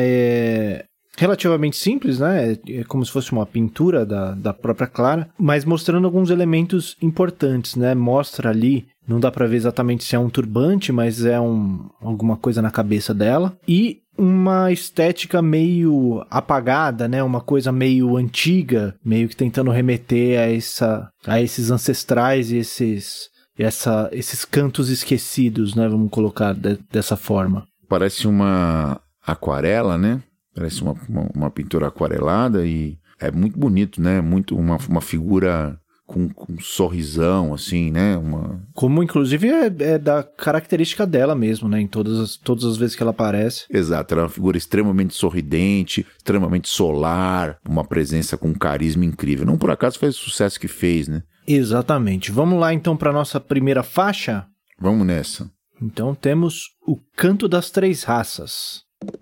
Speaker 1: é relativamente simples, né? É como se fosse uma pintura da, da própria Clara, mas mostrando alguns elementos importantes, né? Mostra ali, não dá pra ver exatamente se é um turbante, mas é um, alguma coisa na cabeça dela. E uma estética meio apagada, né? Uma coisa meio antiga, meio que tentando remeter a, essa, a esses ancestrais e esses, essa, esses cantos esquecidos, né? Vamos colocar de, dessa forma.
Speaker 2: Parece uma aquarela, né? Parece uma, uma, uma pintura aquarelada e é muito bonito, né? Muito uma, uma figura com, com um sorrisão, assim, né? Uma...
Speaker 1: Como, inclusive, é, é da característica dela mesmo, né? Em todas as, todas as vezes que ela aparece.
Speaker 2: Exato, ela é uma figura extremamente sorridente, extremamente solar, uma presença com um carisma incrível. Não por acaso fez o sucesso que fez, né?
Speaker 1: Exatamente. Vamos lá, então, para nossa primeira faixa?
Speaker 2: Vamos nessa.
Speaker 1: Então temos o Canto das Três Raças.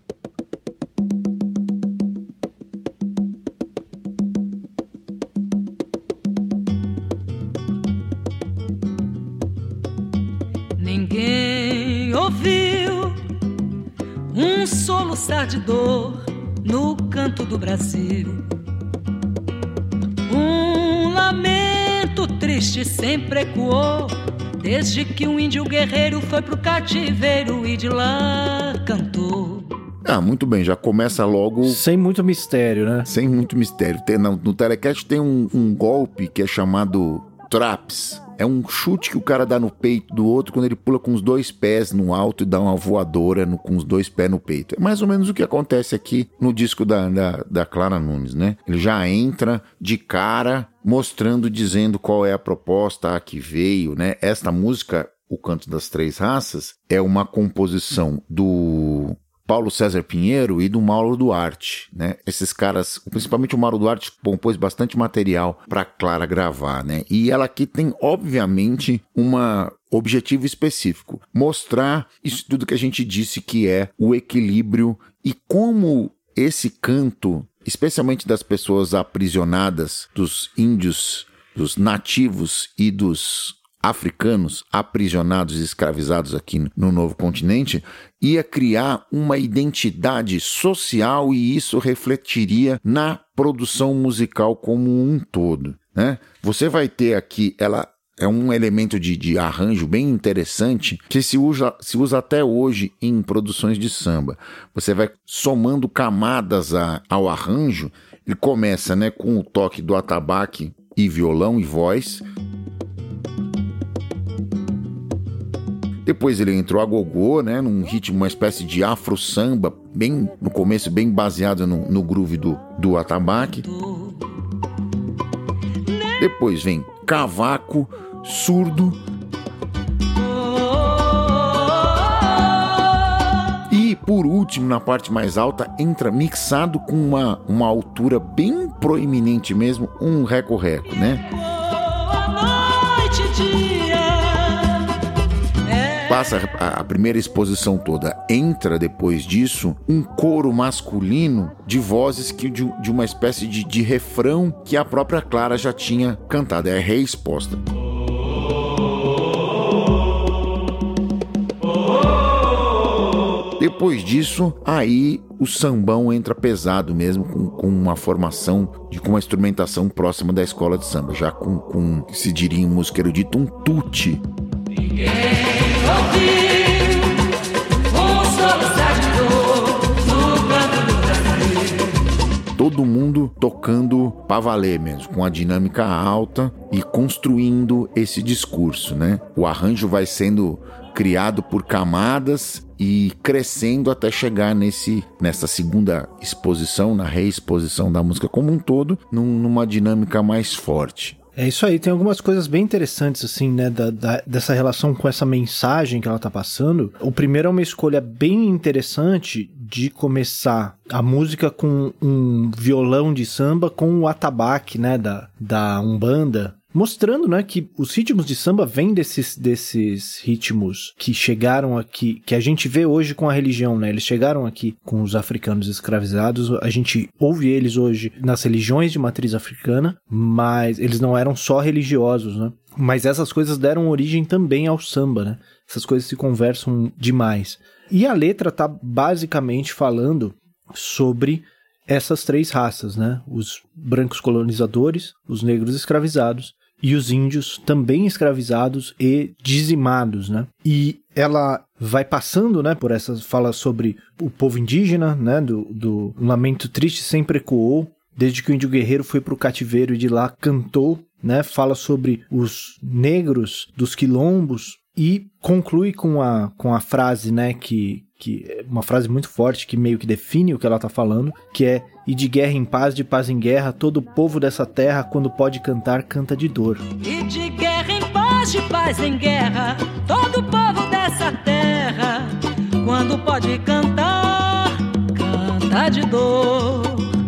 Speaker 3: Ninguém ouviu um soluçar de dor no canto do Brasil. Um lamento triste sempre ecoou desde que um índio guerreiro foi pro cativeiro e de lá cantou.
Speaker 2: Ah, muito bem, já começa logo...
Speaker 1: Sem muito mistério, né?
Speaker 2: Sem muito mistério. Tem, no, no Telecast tem um, um golpe que é chamado traps. É um chute que o cara dá no peito do outro quando ele pula com os dois pés no alto e dá uma voadora no, com os dois pés no peito. É mais ou menos o que acontece aqui no disco da, da, da Clara Nunes, né? Ele já entra de cara mostrando, dizendo qual é a proposta a que veio, né? Esta música, O Canto das Três Raças, é uma composição do Paulo César Pinheiro e do Mauro Duarte, né? Esses caras, principalmente o Mauro Duarte, compôs bastante material para Clara gravar, né? E ela aqui tem, obviamente, um objetivo específico: mostrar isso tudo que a gente disse que é o equilíbrio e como esse canto, especialmente das pessoas aprisionadas, dos índios, dos nativos e dos africanos aprisionados e escravizados aqui no novo continente, ia criar uma identidade social e isso refletiria na produção musical como um todo, né? Você vai ter aqui, ela é um elemento de, de arranjo bem interessante que se usa, se usa até hoje em produções de samba. Você vai somando camadas a, ao arranjo. Ele começa, né, com o toque do atabaque e violão e voz. Depois ele entrou a gogô, né, num ritmo, uma espécie de afro-samba, bem no começo, bem baseado no, no groove do, do atabaque. Depois vem cavaco, surdo. E por último, na parte mais alta, entra mixado com uma, uma altura bem proeminente mesmo, um reco-reco, né? Passa a, a primeira exposição toda, entra depois disso um coro masculino de vozes que, de, de uma espécie de, de refrão que a própria Clara já tinha cantado, é reexposta. Depois disso, aí o sambão entra pesado mesmo, com, com uma formação, de, com uma instrumentação próxima da escola de samba, já com, com se diria em música erudita, um tutti. Todo mundo tocando pra valer mesmo, com a dinâmica alta e construindo esse discurso, né? O arranjo vai sendo criado por camadas e crescendo até chegar nesse, nessa segunda exposição, na reexposição da música como um todo, num, numa dinâmica mais forte.
Speaker 1: É isso aí, tem algumas coisas bem interessantes, assim, né, da, da, dessa relação com essa mensagem que ela tá passando. O primeiro é uma escolha bem interessante de começar a música com um violão de samba com o atabaque, né, da, da Umbanda, mostrando, né, que os ritmos de samba vêm desses, desses ritmos que chegaram aqui, que a gente vê hoje com a religião, né? Eles chegaram aqui com os africanos escravizados, a gente ouve eles hoje nas religiões de matriz africana, mas eles não eram só religiosos, né? Mas essas coisas deram origem também ao samba, né? Essas coisas se conversam demais. E a letra tá basicamente falando sobre essas três raças, né? Os brancos colonizadores, os negros escravizados e os índios também escravizados e dizimados, né? E ela vai passando, né, por essas, fala sobre o povo indígena, né, do, do um lamento triste sempre ecoou, desde que o índio guerreiro foi para o cativeiro e de lá cantou, né? Fala sobre os negros dos quilombos e conclui com a, com a frase, né, que, que é uma frase muito forte que meio que define o que ela tá falando, que é: e de guerra em paz, de paz em guerra, todo o povo dessa terra, quando pode cantar, canta de dor.
Speaker 3: E de guerra em paz, de paz em guerra, todo o povo dessa terra, quando pode cantar, canta de dor.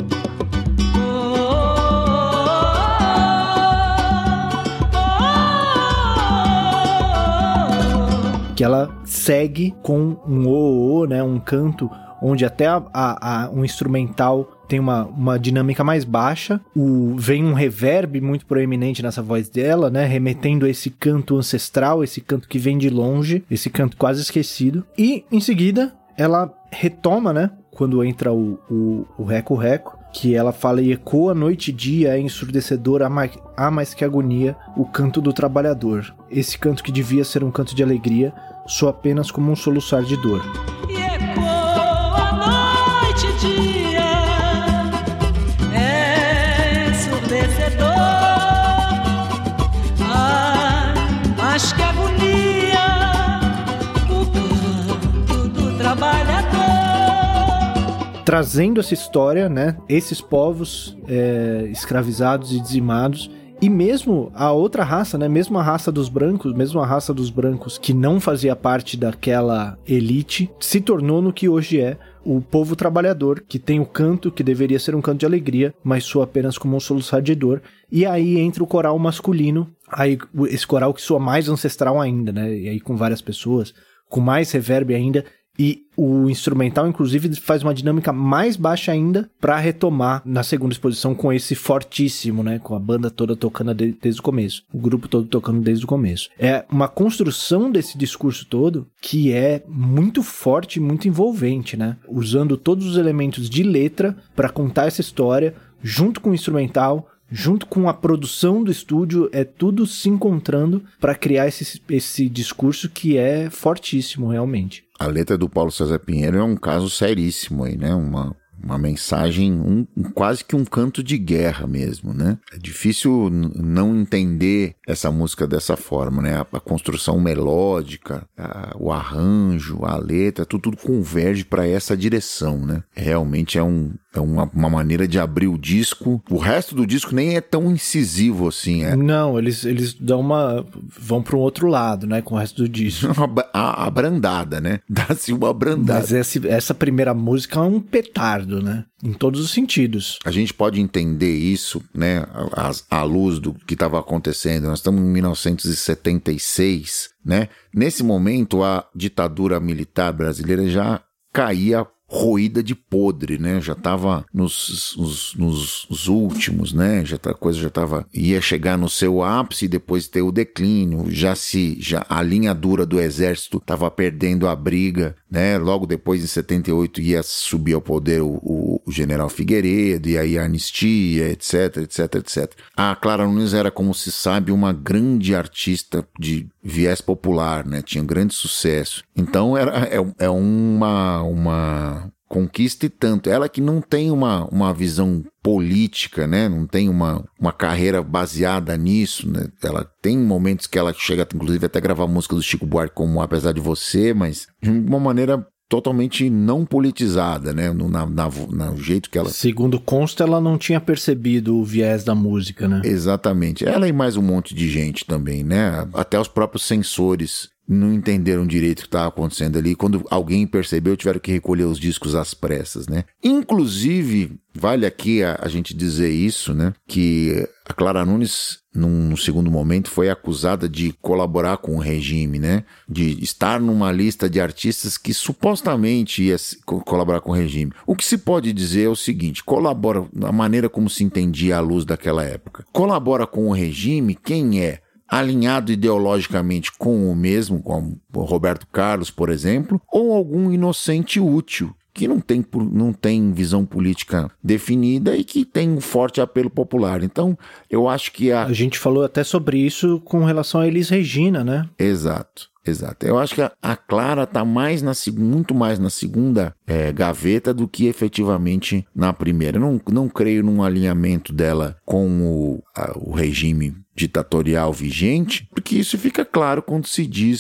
Speaker 1: Que ela segue com um o-o, né, um canto onde até a, a, a, um instrumental tem uma, uma dinâmica mais baixa, o, vem um reverb muito proeminente nessa voz dela, né, remetendo a esse canto ancestral, esse canto que vem de longe, esse canto quase esquecido, e em seguida ela retoma, né, quando entra o, o, o reco-reco, que ela fala: e ecoa noite e dia, é ensurdecedor, há mais, há mais que agonia, o canto do trabalhador. Esse canto que devia ser um canto de alegria, soa apenas como um soluçar de dor.
Speaker 3: E ecoa noite e dia, é ensurdecedor, há mais que agonia, o canto do trabalhador.
Speaker 1: Trazendo essa história, né, esses povos é, escravizados e dizimados, e mesmo a outra raça, né, mesmo a raça dos brancos, mesmo a raça dos brancos que não fazia parte daquela elite, se tornou no que hoje é o povo trabalhador, que tem o canto que deveria ser um canto de alegria, mas soa apenas como um soluçar de dor. E aí entra o coral masculino, aí esse coral que soa mais ancestral ainda, né, e aí com várias pessoas, com mais reverb ainda. E o instrumental, inclusive, faz uma dinâmica mais baixa ainda para retomar na segunda exposição com esse fortíssimo, né? Com a banda toda tocando de, desde o começo. O grupo todo tocando desde o começo. É uma construção desse discurso todo que é muito forte e muito envolvente, né? Usando todos os elementos de letra para contar essa história, junto com o instrumental, junto com a produção do estúdio, é tudo se encontrando para criar esse, esse discurso que é fortíssimo, realmente.
Speaker 2: A letra do Paulo César Pinheiro é um caso seríssimo aí, né? Uma, uma mensagem, um, quase que um canto de guerra mesmo, né? É difícil n- não entender essa música dessa forma, né? A, a construção melódica, a, o arranjo, a letra, tudo, tudo converge para essa direção, né? Realmente é um... É uma, uma maneira de abrir o disco. O resto do disco nem é tão incisivo assim. É...
Speaker 1: Não, eles, eles dão uma... vão para um outro lado, né? Com o resto do disco.
Speaker 2: a, a abrandada, né? Dá-se uma abrandada.
Speaker 1: Mas essa, essa primeira música é um petardo, né? Em todos os sentidos.
Speaker 2: A gente pode entender isso, né? À, à luz do que estava acontecendo. Nós estamos em mil novecentos e setenta e seis, né? Nesse momento, a ditadura militar brasileira já caía roída de podre, né? Já estava nos, nos, nos últimos, né? Já, a coisa já estava... ia chegar no seu ápice e depois ter o declínio. Já se... Já, a linha dura do exército estava perdendo a briga, né? Logo depois, em setenta e oito, ia subir ao poder o, o, o general Figueiredo, e aí a anistia, etc, etc, etcétera. A Clara Nunes era, como se sabe, uma grande artista de viés popular, né? Tinha um grande sucesso. Então, era, é, é uma, uma conquista e tanto. Ela que não tem uma, uma visão política, né? Não tem uma, uma carreira baseada nisso, né? Ela tem momentos que ela chega, inclusive, até gravar música do Chico Buarque como Apesar de Você, mas de uma maneira totalmente não politizada, né? No, na, na, no jeito que ela...
Speaker 1: Segundo consta, ela não tinha percebido o viés da música, né?
Speaker 2: Exatamente. Ela e mais um monte de gente também, né? Até os próprios censores não entenderam direito o que estava acontecendo ali. Quando alguém percebeu, tiveram que recolher os discos às pressas, né? Inclusive, vale aqui a, a gente dizer isso, né? Que a Clara Nunes, num, num segundo momento, foi acusada de colaborar com o regime, né? De estar numa lista de artistas que supostamente ia colaborar com o regime. O que se pode dizer é o seguinte: colabora, da maneira como se entendia à luz daquela época, colabora com o regime quem é alinhado ideologicamente com o mesmo, como o Roberto Carlos, por exemplo, ou algum inocente útil, que não tem, não tem visão política definida e que tem um forte apelo popular. Então, eu acho que a...
Speaker 1: A gente falou até sobre isso com relação a Elis Regina, né?
Speaker 2: Exato. Exato. Eu acho que a, a Clara está mais na, muito mais na segunda é, gaveta do que efetivamente na primeira. Eu não, não creio num alinhamento dela com o, a, o regime ditatorial vigente, porque isso fica claro quando se diz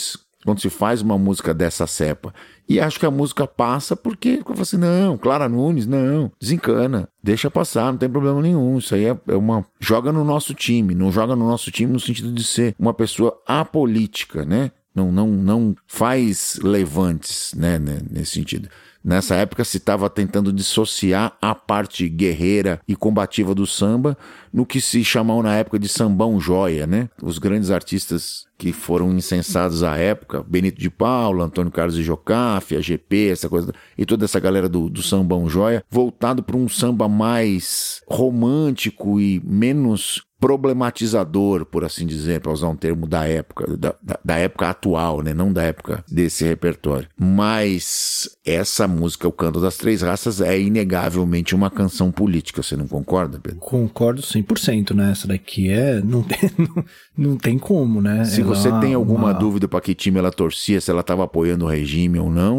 Speaker 2: quando se faz uma música dessa cepa. E acho que a música passa porque eu falo assim, não, Clara Nunes, não, desencana, deixa passar, não tem problema nenhum, isso aí é, é uma... joga no nosso time, não joga no nosso time no sentido de ser uma pessoa apolítica, né? Não, não, não faz levantes, né, nesse sentido. Nessa época se estava tentando dissociar a parte guerreira e combativa do samba no que se chamou na época de sambão joia, né? Os grandes artistas que foram incensados à época, Benito de Paula, Antônio Carlos de Jocafe, a G P, essa coisa, e toda essa galera do, do sambão joia, voltado para um samba mais romântico e menos problematizador, por assim dizer, para usar um termo da época, da, da, da época atual, né? Não da época desse repertório. Mas essa música, O Canto das Três Raças, é inegavelmente uma canção política, você não concorda, Pedro?
Speaker 1: Concordo cem por cento, né? Essa daqui é... Não tem, não, não tem como, né?
Speaker 2: Se
Speaker 1: ela,
Speaker 2: você tem alguma
Speaker 1: uma...
Speaker 2: dúvida para que time ela torcia, se ela estava apoiando o regime ou não,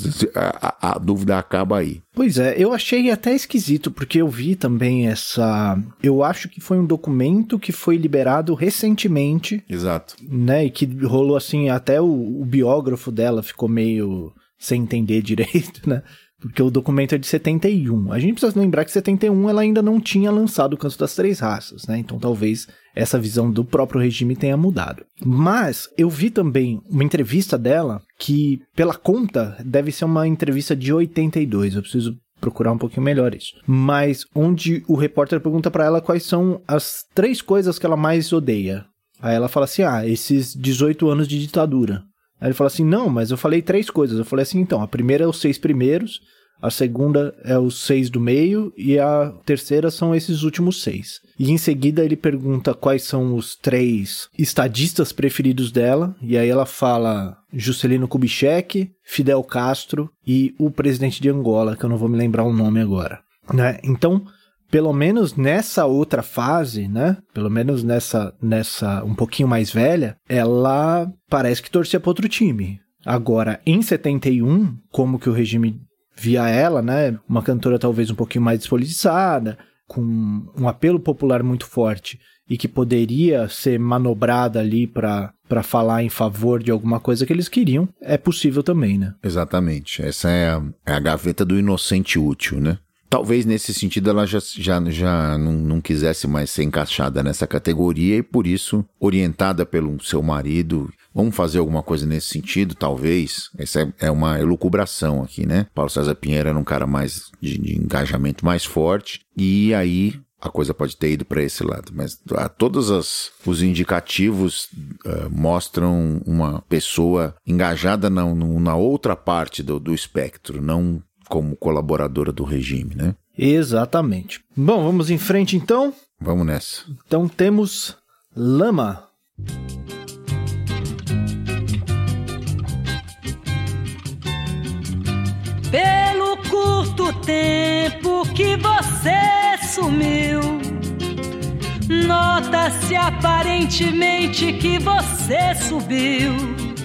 Speaker 2: a, a, a dúvida acaba aí.
Speaker 1: Pois é, eu achei até esquisito, porque eu vi também essa... Eu acho que foi um documento que foi liberado recentemente.
Speaker 2: Exato.
Speaker 1: Né, e que rolou assim, até o, o biógrafo dela ficou meio sem entender direito, né? Porque o documento é de setenta e um. A gente precisa lembrar que em setenta e um ela ainda não tinha lançado o Canto das Três Raças, né? Então talvez essa visão do próprio regime tenha mudado. Mas eu vi também uma entrevista dela que, pela conta, deve ser uma entrevista de oitenta e dois. Eu preciso procurar um pouquinho melhor isso. Mas onde o repórter pergunta pra ela quais são as três coisas que ela mais odeia. Aí ela fala assim, ah, esses dezoito anos de ditadura. Aí ele fala assim, não, mas eu falei três coisas. Eu falei assim, então, a primeira é os seis primeiros, a segunda é os seis do meio e a terceira são esses últimos seis. E em seguida ele pergunta quais são os três estadistas preferidos dela, e aí ela fala Juscelino Kubitschek, Fidel Castro e o presidente de Angola, que eu não vou me lembrar o nome agora, né? Então, pelo menos nessa outra fase, né? Pelo menos nessa, nessa um pouquinho mais velha, ela parece que torcia para outro time. Agora, em setenta e um, como que o regime via ela, né? Uma cantora talvez um pouquinho mais despolitizada, com um apelo popular muito forte e que poderia ser manobrada ali para para falar em favor de alguma coisa que eles queriam, é possível também, né?
Speaker 2: Exatamente. Essa é a, é a gaveta do inocente útil, né? Talvez nesse sentido ela já, já, já não, não quisesse mais ser encaixada nessa categoria e por isso, orientada pelo seu marido, vamos fazer alguma coisa nesse sentido, talvez. Essa é, é uma elucubração aqui, né? Paulo César Pinheiro era um cara mais de, de engajamento mais forte e aí a coisa pode ter ido para esse lado. Mas a, todos as, os indicativos uh, mostram uma pessoa engajada na, na outra parte do, do espectro, não como colaboradora do regime, né?
Speaker 1: Exatamente. Bom, vamos em frente então?
Speaker 2: Vamos nessa.
Speaker 1: Então temos Lama.
Speaker 3: Pelo curto tempo que você sumiu, nota-se aparentemente que você subiu.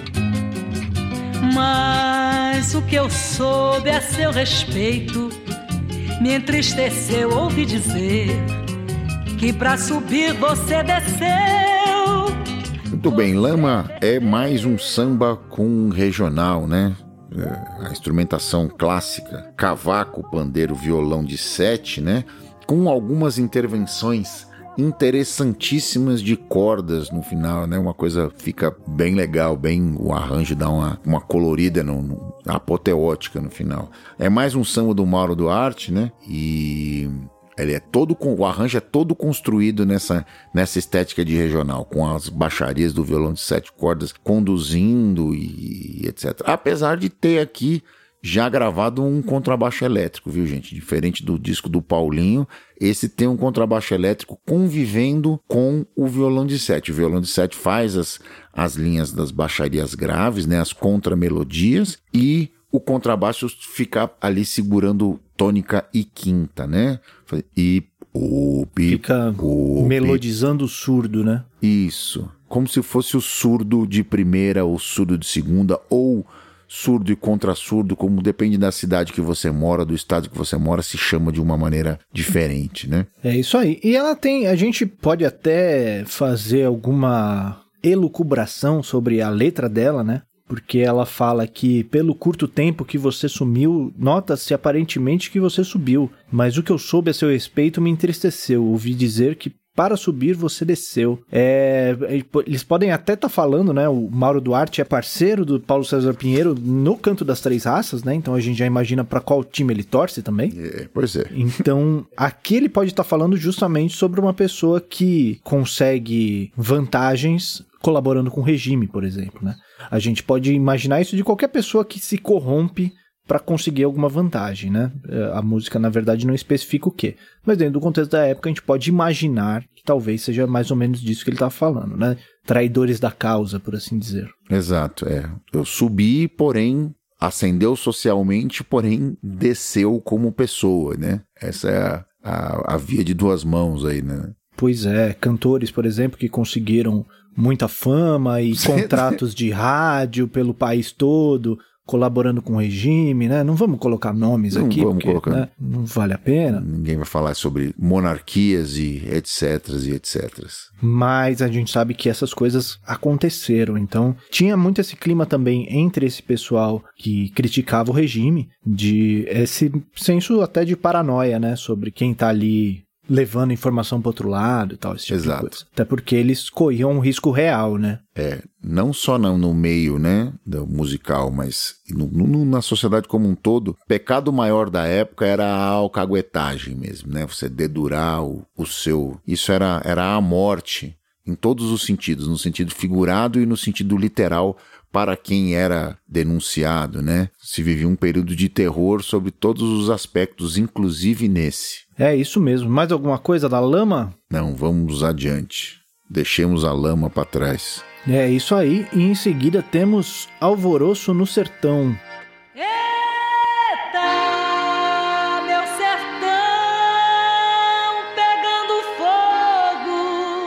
Speaker 3: Mas o que eu soube a seu respeito me entristeceu ouvir dizer que pra subir você desceu.
Speaker 2: Muito bem, Lama é mais um samba com regional, né? É, a instrumentação clássica, cavaco, pandeiro, violão de sete, né? Com algumas intervenções interessantíssimas de cordas no final, né? Uma coisa fica bem legal, bem, o arranjo dá uma, uma colorida, no, no, apoteótica no final. É mais um samba do Mauro Duarte, né? E ele é todo, o arranjo é todo construído nessa, nessa estética de regional, com as baixarias do violão de sete cordas conduzindo e, e etcétera. Apesar de ter aqui já gravado um contrabaixo elétrico, viu, gente? Diferente do disco do Paulinho, esse tem um contrabaixo elétrico convivendo com o violão de sete. O violão de sete faz as, as linhas das baixarias graves, né, as contramelodias, e o contrabaixo fica ali segurando tônica e quinta, né? E o pi,
Speaker 1: fica
Speaker 2: o
Speaker 1: melodizando o surdo, né?
Speaker 2: Isso. Como se fosse o surdo de primeira ou surdo de segunda, ou surdo e contrassurdo, como depende da cidade que você mora, do estado que você mora, se chama de uma maneira diferente, né?
Speaker 1: É isso aí. E ela tem, a gente pode até fazer alguma elucubração sobre a letra dela, né? porque ela fala que pelo curto tempo que você sumiu, nota-se aparentemente que você subiu, mas o que eu soube a seu respeito me entristeceu. Ouvi dizer que para subir você desceu. É, eles podem até estar tá falando, né? O Mauro Duarte é parceiro do Paulo César Pinheiro no Canto das Três Raças, né? Então a gente já imagina para qual time ele torce também.
Speaker 2: É, pois é.
Speaker 1: Então aqui ele pode estar tá falando justamente sobre uma pessoa que consegue vantagens colaborando com o regime, por exemplo, né? A gente pode imaginar isso de qualquer pessoa que se corrompe para conseguir alguma vantagem, né? A música, na verdade, não especifica o quê. Mas dentro do contexto da época, a gente pode imaginar que talvez seja mais ou menos disso que ele tá falando, né? Traidores da causa, por assim dizer.
Speaker 2: Exato, é. Eu subi, porém, ascendeu socialmente, porém, desceu como pessoa, né? Essa é a, a, a via de duas mãos aí, né?
Speaker 1: Pois é, cantores, por exemplo, que conseguiram muita fama e contratos de rádio pelo país todo, colaborando com o regime, né? Não vamos colocar nomes
Speaker 2: não
Speaker 1: aqui,
Speaker 2: vamos
Speaker 1: porque
Speaker 2: colocar.
Speaker 1: Né? Não vale a pena.
Speaker 2: Ninguém vai falar sobre monarquias e etc e etcétera.
Speaker 1: Mas a gente sabe que essas coisas aconteceram, então tinha muito esse clima também entre esse pessoal que criticava o regime, de esse senso até de paranoia, né? Sobre quem tá ali levando informação para outro lado e tal, esse tipo
Speaker 2: Exato.
Speaker 1: de coisa. Até porque eles corriam um risco real, né?
Speaker 2: É, não só no, no meio, né, do musical, mas no, no, na sociedade como um todo, o pecado maior da época era a alcaguetagem mesmo, né? Você dedurar o, o seu... Isso era, era a morte em todos os sentidos, no sentido figurado e no sentido literal para quem era denunciado, né? Se vivia um período de terror sobre todos os aspectos, inclusive nesse.
Speaker 1: É isso mesmo. Mais alguma coisa da lama?
Speaker 2: Não, vamos adiante. Deixemos a lama para trás.
Speaker 1: É isso aí. E em seguida temos Alvoroço no Sertão.
Speaker 3: Eita, meu sertão pegando fogo.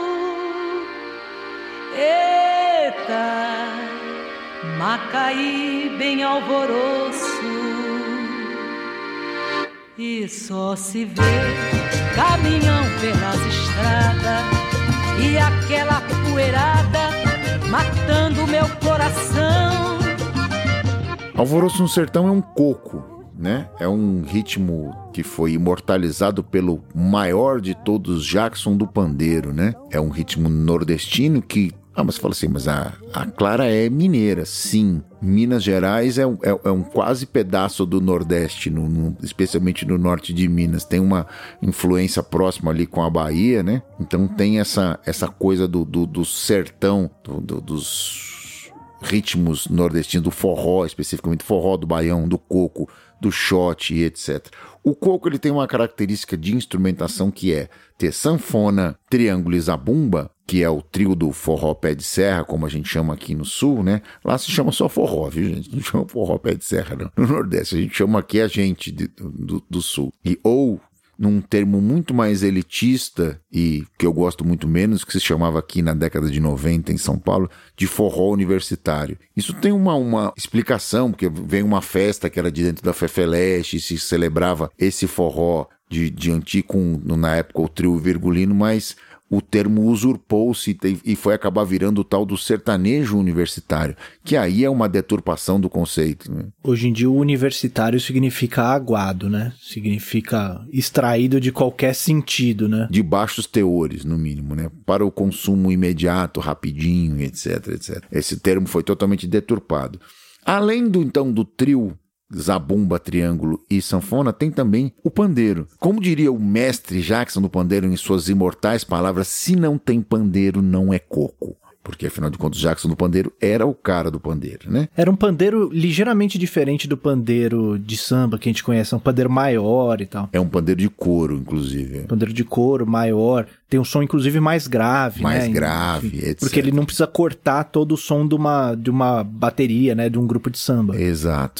Speaker 3: Eita, Macaí bem alvoroço. E só se vê caminhão pelas estradas e aquela poeirada matando meu coração.
Speaker 2: Alvoroço no Sertão é um coco, né? É um ritmo que foi imortalizado pelo maior de todos, Jackson do Pandeiro, né? É um ritmo nordestino que... Ah, mas você fala assim, mas a, a Clara é mineira. Sim, Minas Gerais é, é, é um quase pedaço do Nordeste, no, no, especialmente no norte de Minas. Tem uma influência próxima ali com a Bahia, né? Então tem essa, essa coisa do, do, do sertão, do, do, dos ritmos nordestinos, do forró, especificamente forró do baião, do coco, do shot e etcétera. O coco ele tem uma característica de instrumentação que é ter sanfona, triângulo e zabumba, que é o trio do forró pé de serra, como a gente chama aqui no sul, né? Lá se chama só forró, viu, gente? Não chama forró pé de serra, não. No Nordeste, a gente chama aqui a gente de, do, do sul. E ou, num termo muito mais elitista, e que eu gosto muito menos, que se chamava aqui na década de noventa em São Paulo, de forró universitário. Isso tem uma, uma explicação, porque vem uma festa que era de dentro da Fefeleste, e se celebrava esse forró de, de antigo, na época o trio virgulino, mas... o termo usurpou-se e foi acabar virando o tal do sertanejo universitário, que aí é uma deturpação do conceito. Né?
Speaker 1: Hoje em dia o universitário significa aguado, né? Significa extraído de qualquer sentido, né?
Speaker 2: De baixos teores, no mínimo, né? Para o consumo imediato, rapidinho, etc, etcétera. Esse termo foi totalmente deturpado. Além do, então, do trio zabumba, triângulo e sanfona, tem também o pandeiro. Como diria o mestre Jackson do Pandeiro em suas imortais palavras, se não tem pandeiro, não é coco. Porque, afinal de contas, Jackson do Pandeiro era o cara do pandeiro, né?
Speaker 1: Era um pandeiro ligeiramente diferente do pandeiro de samba que a gente conhece, é um pandeiro maior e tal.
Speaker 2: É um pandeiro de couro, inclusive.
Speaker 1: Pandeiro de couro, maior, tem um som, inclusive, mais grave,
Speaker 2: mais
Speaker 1: né?
Speaker 2: Mais grave,
Speaker 1: Enfim,
Speaker 2: etcétera.
Speaker 1: Porque ele não precisa cortar todo o som de uma, de uma bateria, né? De um grupo de samba.
Speaker 2: Exato.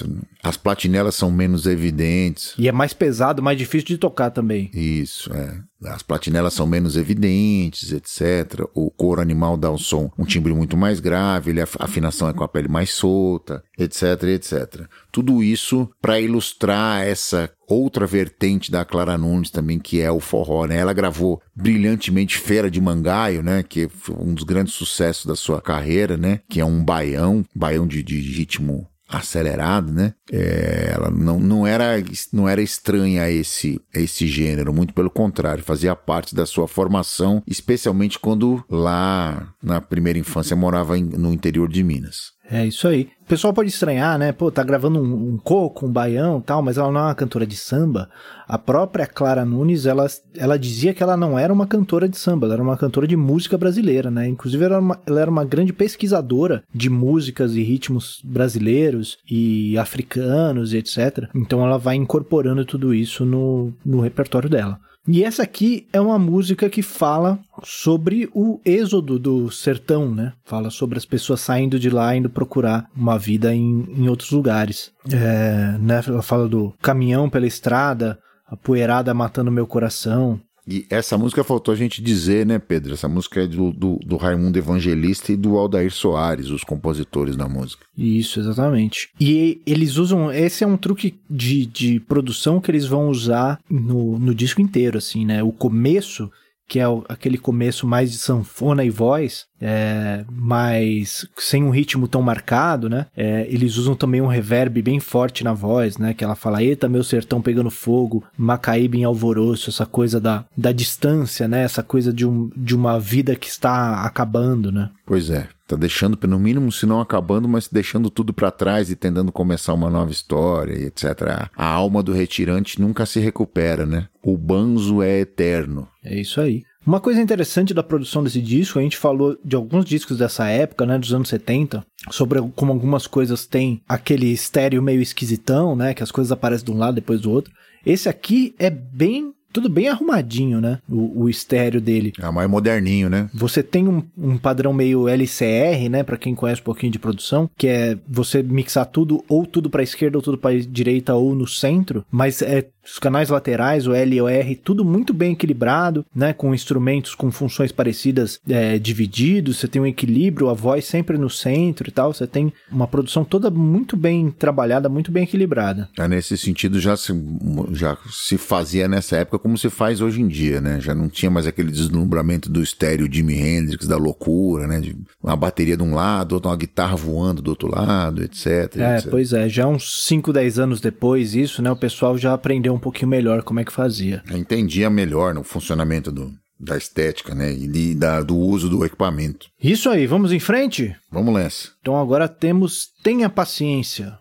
Speaker 2: As platinelas são menos evidentes.
Speaker 1: E é mais pesado, mais difícil de tocar também.
Speaker 2: Isso, é. As platinelas são menos evidentes, etcétera. O couro animal dá um som, um timbre muito mais grave, ele, a afinação é com a pele mais solta, etc, etcétera. Tudo isso para ilustrar essa outra vertente da Clara Nunes também, que é o forró, né? Ela gravou brilhantemente Feira de Mangaio, né? Que foi um dos grandes sucessos da sua carreira, né? Que é um baião, baião de, de ritmo acelerado, né? É, ela não, não, era, não era estranha a esse, a esse gênero, muito pelo contrário, fazia parte da sua formação, especialmente quando lá na primeira infância morava em, no interior de Minas.
Speaker 1: É isso aí. O pessoal pode estranhar, né? Pô, tá gravando um, um coco, um baião e tal, mas ela não é uma cantora de samba. A própria Clara Nunes, ela, ela dizia que ela não era uma cantora de samba, ela era uma cantora de música brasileira, né? Inclusive, ela era uma, ela era uma grande pesquisadora de músicas e ritmos brasileiros e africanos e etcétera. Então, ela vai incorporando tudo isso no, no repertório dela. E essa aqui é uma música que fala sobre o êxodo do sertão, né? Fala sobre as pessoas saindo de lá, indo procurar uma vida em, em outros lugares. É, né? Ela fala do caminhão pela estrada, a poeirada matando meu coração.
Speaker 2: E essa música faltou a gente dizer, né, Pedro? Essa música é do, do, do Raimundo Evangelista e do Aldair Soares, os compositores da música.
Speaker 1: Isso, exatamente. E eles usam... Esse é um truque de, de produção que eles vão usar no, no disco inteiro, assim, né? O começo, que é o, aquele começo mais de sanfona e voz, é, mas sem um ritmo tão marcado, né? É, eles usam também um reverb bem forte na voz, né? Que ela fala, eita, meu sertão pegando fogo, Macaíba em alvoroço, essa coisa da, da distância, né? Essa coisa de, um, de uma vida que está acabando, né?
Speaker 2: Pois é, tá deixando, no mínimo, se não acabando, mas deixando tudo pra trás e tentando começar uma nova história, etcétera. A alma do retirante nunca se recupera, né? O banzo é eterno.
Speaker 1: É isso aí. Uma coisa interessante da produção desse disco, a gente falou de alguns discos dessa época, né, dos anos setenta, sobre como algumas coisas têm aquele estéreo meio esquisitão, né, que as coisas aparecem de um lado depois do outro. Esse aqui é bem... tudo bem arrumadinho, né? O, o estéreo dele.
Speaker 2: É mais moderninho, né?
Speaker 1: Você tem um, um padrão meio L C R, né? Pra quem conhece um pouquinho de produção, que é você mixar tudo, ou tudo pra esquerda, ou tudo pra direita, ou no centro. Mas é os canais laterais, o L e o R, tudo muito bem equilibrado, né? Com instrumentos com funções parecidas é, divididos. Você tem um equilíbrio, a voz sempre no centro e tal. Você tem uma produção toda muito bem trabalhada, muito bem equilibrada.
Speaker 2: É, nesse sentido, já se, já se fazia nessa época como se faz hoje em dia, né? Já não tinha mais aquele deslumbramento do estéreo Jimi Hendrix, da loucura, né? De uma bateria de um lado, outra uma guitarra voando do outro lado, etcétera.
Speaker 1: É,
Speaker 2: etcétera.
Speaker 1: Pois é. Já uns cinco, dez anos depois isso, né? O pessoal já aprendeu um pouquinho melhor como é que fazia.
Speaker 2: Eu entendia melhor no funcionamento do, da estética, né? E de, da, do uso do equipamento.
Speaker 1: Isso aí, vamos em frente?
Speaker 2: Vamos nessa.
Speaker 1: Então agora temos Tenha Paciência.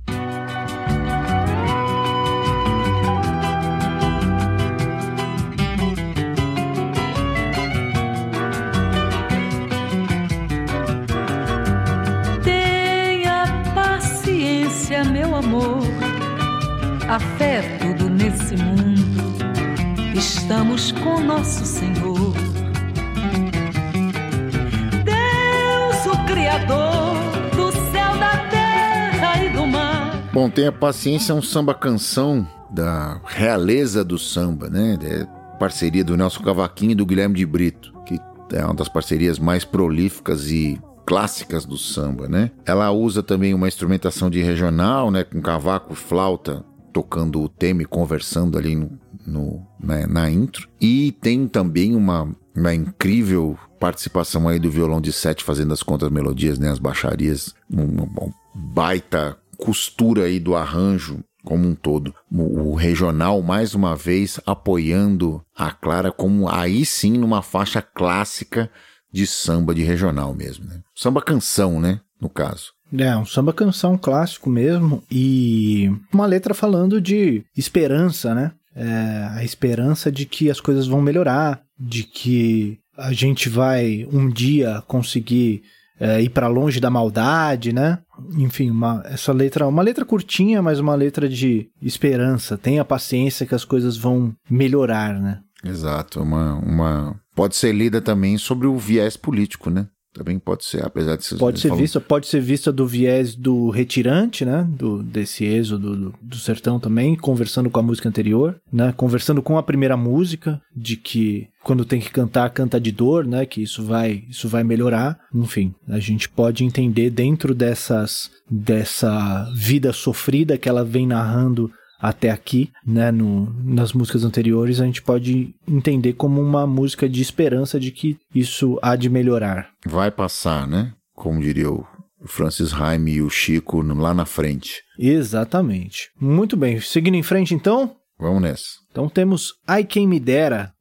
Speaker 3: Meu amor, a fé é tudo nesse mundo, estamos com nosso Senhor. Deus, o Criador do céu, da terra e do mar.
Speaker 2: Bom, Tenha Paciência é um samba-canção da realeza do samba, né? É parceria do Nelson Cavaquinho e do Guilherme de Brito, que é uma das parcerias mais prolíficas e clássicas do samba, né? Ela usa também uma instrumentação de regional, né? Com cavaco e flauta tocando o tema e conversando ali no, no, né? na intro. E tem também uma, uma incrível participação aí do violão de sete fazendo as contas melodias, né? As baixarias, uma, uma baita costura aí do arranjo como um todo. O, o regional, mais uma vez, apoiando a Clara como aí sim numa faixa clássica de samba de regional mesmo, né? Samba canção, né? No caso.
Speaker 1: É, um samba canção clássico mesmo e uma letra falando de esperança, né? É, a esperança de que as coisas vão melhorar, de que a gente vai um dia conseguir é, ir para longe da maldade, né? Enfim, uma, essa letra, uma letra curtinha, mas uma letra de esperança. Tenha paciência que as coisas vão melhorar, né?
Speaker 2: Exato, uma, uma... pode ser lida também sobre o viés político, né? Também pode ser, apesar de...
Speaker 1: Pode ser
Speaker 2: falam...
Speaker 1: vista, pode ser vista do viés do retirante, né? Do, desse êxodo do, do sertão também, conversando com a música anterior, né? Conversando com a primeira música, de que quando tem que cantar, canta de dor, né? Que isso vai, isso vai melhorar. Enfim, a gente pode entender dentro dessas, dessa vida sofrida que ela vem narrando até aqui, né, no, nas músicas anteriores, a gente pode entender como uma música de esperança de que isso há de melhorar.
Speaker 2: Vai passar, né? Como diria o Francis Haime e o Chico lá na frente.
Speaker 1: Exatamente. Muito bem, seguindo em frente então?
Speaker 2: Vamos nessa.
Speaker 1: Então temos Ai Quem Me Dera.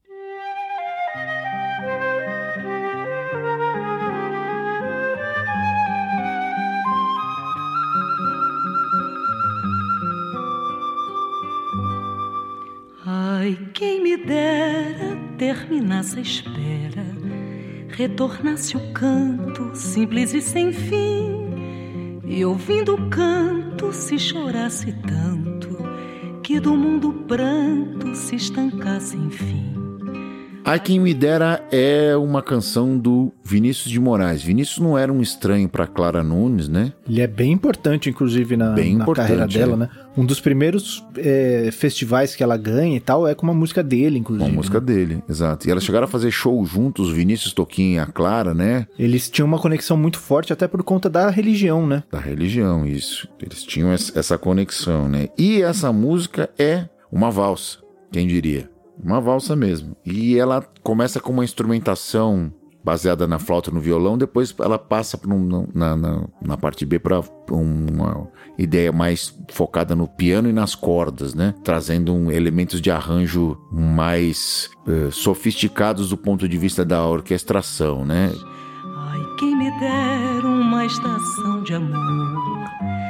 Speaker 3: Ai, quem me dera terminasse a espera, retornasse o canto simples e sem fim, e ouvindo o canto se chorasse tanto, que do mundo o pranto se estancasse enfim.
Speaker 2: Ai Quem Me Dera é uma canção do Vinícius de Moraes. Vinícius não era um estranho para Clara Nunes, né?
Speaker 1: Ele é bem importante, inclusive, na,
Speaker 2: bem
Speaker 1: na
Speaker 2: importante,
Speaker 1: carreira dela,
Speaker 2: é.
Speaker 1: né? Um dos primeiros é, festivais que ela ganha e tal é com uma música dele, inclusive.
Speaker 2: Uma música
Speaker 1: né?
Speaker 2: dele, exato. E elas chegaram a fazer show juntos, Vinícius Toquinho e a Clara, né?
Speaker 1: Eles tinham uma conexão muito forte, até por conta da religião, né?
Speaker 2: Da religião, isso. Eles tinham essa conexão, né? E essa música é uma valsa, quem diria? Uma valsa mesmo. E ela começa com uma instrumentação baseada na flauta e no violão, depois ela passa por um, na, na, na parte B para uma ideia mais focada no piano e nas cordas, né? Trazendo um, elementos de arranjo mais uh, sofisticados do ponto de vista da orquestração, né?
Speaker 3: Ai, quem me dera uma estação de amor.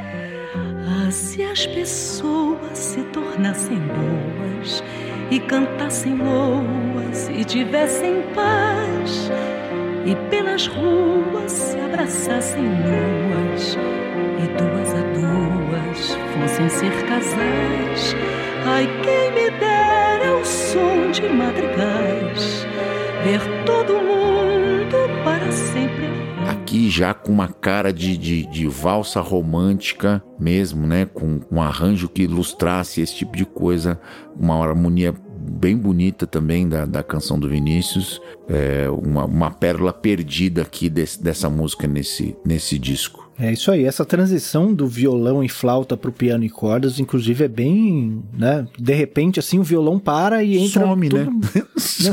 Speaker 3: Ah, se as pessoas se tornassem boas e cantassem loas e tivessem paz, e pelas ruas se abraçassem nuas, e duas a duas fossem ser casais. Ai, quem me dera o som de madrigais, ver todo mundo para sempre.
Speaker 2: Aqui já com uma cara de, de, de valsa romântica mesmo, né? Com um arranjo que ilustrasse esse tipo de coisa, uma harmonia bem bonita também da, da canção do Vinícius, é uma, uma pérola perdida aqui desse, dessa música nesse, nesse disco.
Speaker 1: É isso aí, essa transição do violão e flauta pro piano e cordas, inclusive é bem, né, de repente assim o violão para e entra
Speaker 2: some,
Speaker 1: tudo,
Speaker 2: né?
Speaker 1: né?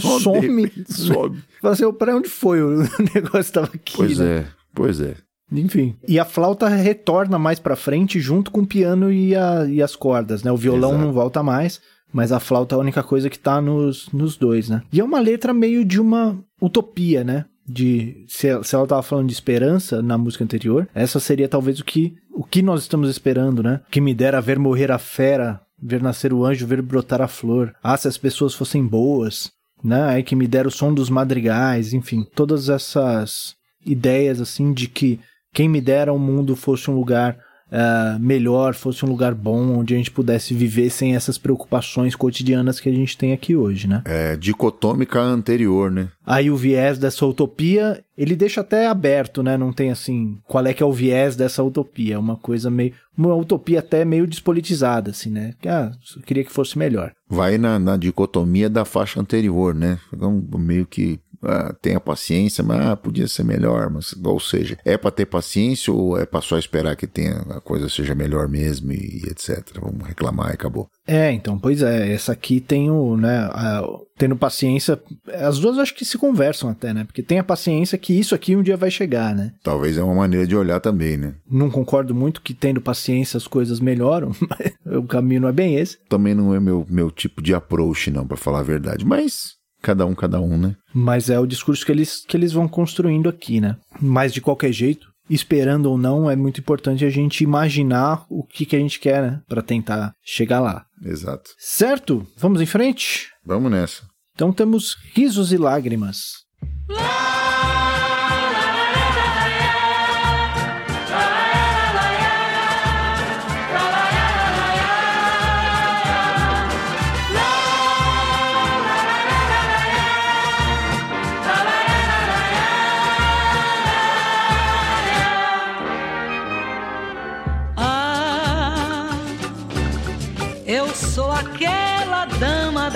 Speaker 1: some,
Speaker 2: some.
Speaker 1: Fala assim, pra onde foi? O negócio tava aqui,
Speaker 2: Pois
Speaker 1: né?
Speaker 2: é, pois é.
Speaker 1: Enfim, e a flauta retorna mais pra frente junto com o piano e, a, e as cordas, né? O violão
Speaker 2: Exato.
Speaker 1: não volta mais, mas a flauta é a única coisa que tá nos, nos dois, né? E é uma letra meio de uma utopia, né? De, se, se ela tava falando de esperança na música anterior, essa seria talvez o que, o que nós estamos esperando, né? Que me dera ver morrer a fera, ver nascer o anjo, ver brotar a flor. Ah, se as pessoas fossem boas, né? Aí que me dera o som dos madrigais, enfim, todas essas ideias assim de que quem me dera o mundo fosse um lugar uh, melhor, fosse um lugar bom, onde a gente pudesse viver sem essas preocupações cotidianas que a gente tem aqui hoje, né?
Speaker 2: É dicotômica anterior, né?
Speaker 1: Aí o viés dessa utopia, ele deixa até aberto, né? Não tem assim, qual é que é o viés dessa utopia? É uma coisa meio, uma utopia até meio despolitizada, assim, né? Ah, eu queria que fosse melhor.
Speaker 2: Vai na, na dicotomia da faixa anterior, né? Então, meio que ah, tenha paciência, mas ah, podia ser melhor, mas, ou seja, é para ter paciência ou é para só esperar que tenha, a coisa seja melhor mesmo e, e etcétera. Vamos reclamar e acabou.
Speaker 1: É, então, pois é, essa aqui tem o, né, a, tendo paciência, as duas acho que se conversam até, né, porque tem a paciência que isso aqui um dia vai chegar, né.
Speaker 2: Talvez é uma maneira de olhar também, né.
Speaker 1: Não concordo muito que tendo paciência as coisas melhoram, mas o caminho não é bem esse.
Speaker 2: Também não é meu, meu tipo de approach, não, pra falar a verdade, mas cada um, cada um, né.
Speaker 1: Mas é o discurso que eles, que eles vão construindo aqui, né, mas de qualquer jeito, esperando ou não, é muito importante a gente imaginar o que, que a gente quer, né, pra tentar chegar lá.
Speaker 2: Exato.
Speaker 1: Certo? Vamos em frente?
Speaker 2: Vamos nessa.
Speaker 1: Então temos Risos e Lágrimas.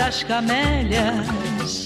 Speaker 3: das camélias.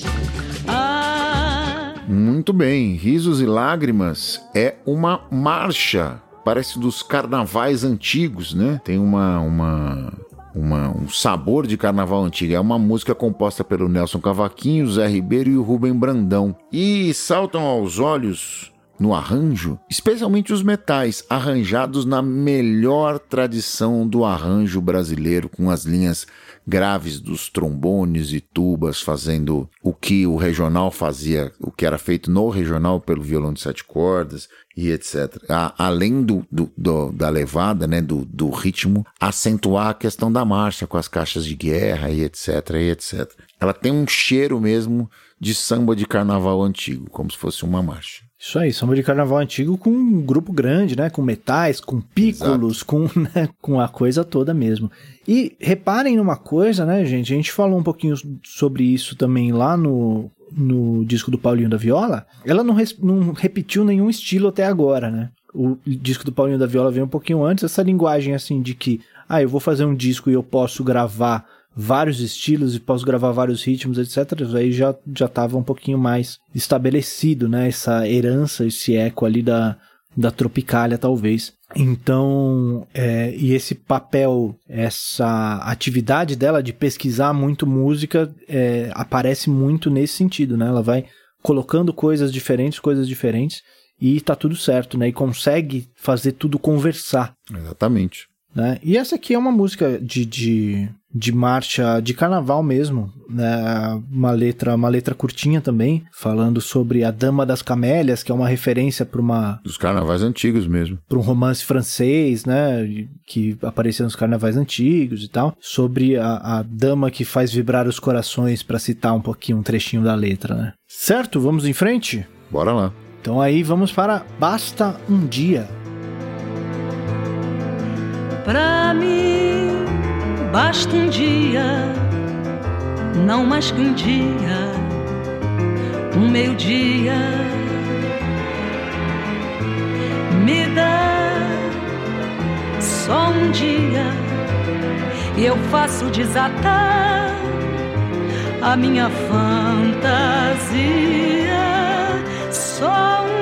Speaker 3: Ah.
Speaker 2: Muito bem, Risos e Lágrimas é uma marcha, parece dos carnavais antigos, né? Tem uma, uma, uma, um sabor de carnaval antigo. É uma música composta pelo Nelson Cavaquinho, Zé Ribeiro e o Rubem Brandão. E saltam aos olhos no arranjo, especialmente os metais, arranjados na melhor tradição do arranjo brasileiro, com as linhas graves dos trombones e tubas, fazendo o que o regional fazia, o que era feito no regional pelo violão de sete cordas e etcétera. A, além do, do, do, da levada, né, do, do ritmo, acentuar a questão da marcha com as caixas de guerra e etc, e etcétera. Ela tem um cheiro mesmo de samba de carnaval antigo, como se fosse uma marcha.
Speaker 1: Isso aí, samba de carnaval antigo com um grupo grande, né? Com metais, com pícolos, com, né? com a coisa toda mesmo. E reparem numa coisa, né, gente? A gente falou um pouquinho sobre isso também lá no, no disco do Paulinho da Viola. Ela não, res, não repetiu nenhum estilo até agora, né? O disco do Paulinho da Viola veio um pouquinho antes. Essa linguagem assim de que, ah, eu vou fazer um disco e eu posso gravar vários estilos e posso gravar vários ritmos, etcétera. Aí já já estava um pouquinho mais estabelecido, né? Essa herança, esse eco ali da, da Tropicália, talvez. Então, é, e esse papel, essa atividade dela de pesquisar muito música, é, aparece muito nesse sentido, né? Ela vai colocando coisas diferentes, coisas diferentes, e tá tudo certo, né? E consegue fazer tudo conversar.
Speaker 2: Exatamente.
Speaker 1: Né? E essa aqui é uma música de, de, de marcha de carnaval mesmo, né? Uma letra, uma letra curtinha também, falando sobre a Dama das Camélias, que é uma referência para uma...
Speaker 2: Dos carnavais antigos mesmo.
Speaker 1: Para um romance francês, né? Que aparecia nos carnavais antigos e tal. Sobre a, a dama que faz vibrar os corações, para citar um pouquinho, um trechinho da letra, né? Certo? Vamos em frente?
Speaker 2: Bora lá.
Speaker 1: Então aí vamos para Basta um Dia.
Speaker 3: Pra mim, basta um dia, não mais que um dia, um meio-dia. Me dá só um dia e eu faço desatar a minha fantasia. Só um.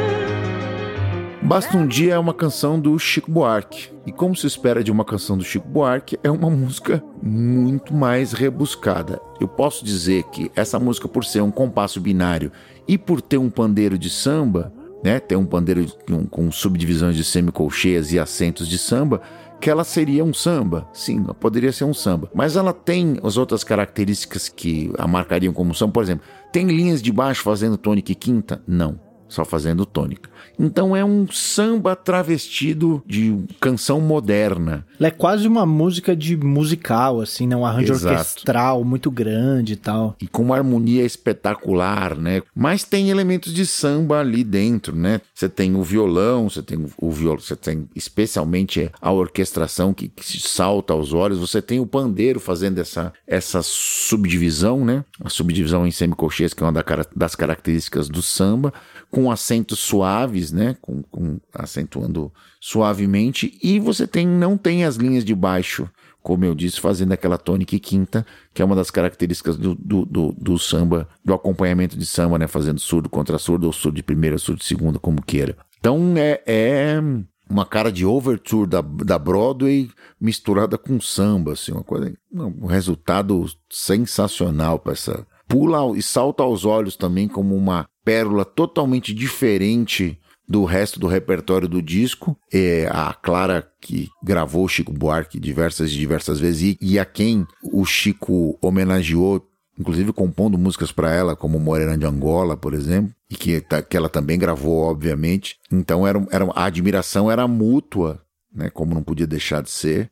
Speaker 2: Basta um Dia é uma canção do Chico Buarque. E como se espera de uma canção do Chico Buarque, é uma música muito mais rebuscada. Eu posso dizer que essa música, por ser um compasso binário e por ter um pandeiro de samba, né, ter um pandeiro com, com subdivisões de semicolcheias e acentos de samba, que ela seria um samba. Sim, ela poderia ser um samba. Mas ela tem as outras características que a marcariam como samba. Por exemplo, tem linhas de baixo fazendo tônica e quinta? Não. Só fazendo tônica. Então é um samba travestido de canção moderna.
Speaker 1: Ela é quase uma música de musical, assim, né? Um arranjo Exato. orquestral muito grande e tal.
Speaker 2: E com uma harmonia espetacular, né? Mas tem elementos de samba ali dentro, né? Você tem o violão, você tem o violão, você tem especialmente a orquestração que, que se salta aos olhos, você tem o pandeiro fazendo essa, essa subdivisão, né? A subdivisão em semicolcheias, que é uma das características do samba, com acentos suaves, né, com, com, acentuando suavemente, e você tem, não tem as linhas de baixo, como eu disse, fazendo aquela tônica e quinta, que é uma das características do, do, do, do samba, do acompanhamento de samba, né, fazendo surdo contra surdo, ou surdo de primeira, surdo de segunda, como queira. Então é, é uma cara de overture da, da Broadway misturada com samba, assim, uma coisa, um resultado sensacional para essa... Pula e salta aos olhos também como uma pérola totalmente diferente do resto do repertório do disco. É a Clara, que gravou o Chico Buarque diversas e diversas vezes, e, e a quem o Chico homenageou, inclusive compondo músicas para ela, como Morena de Angola, por exemplo, e que, que ela também gravou, obviamente. Então era, era, a admiração era mútua, né, como não podia deixar de ser,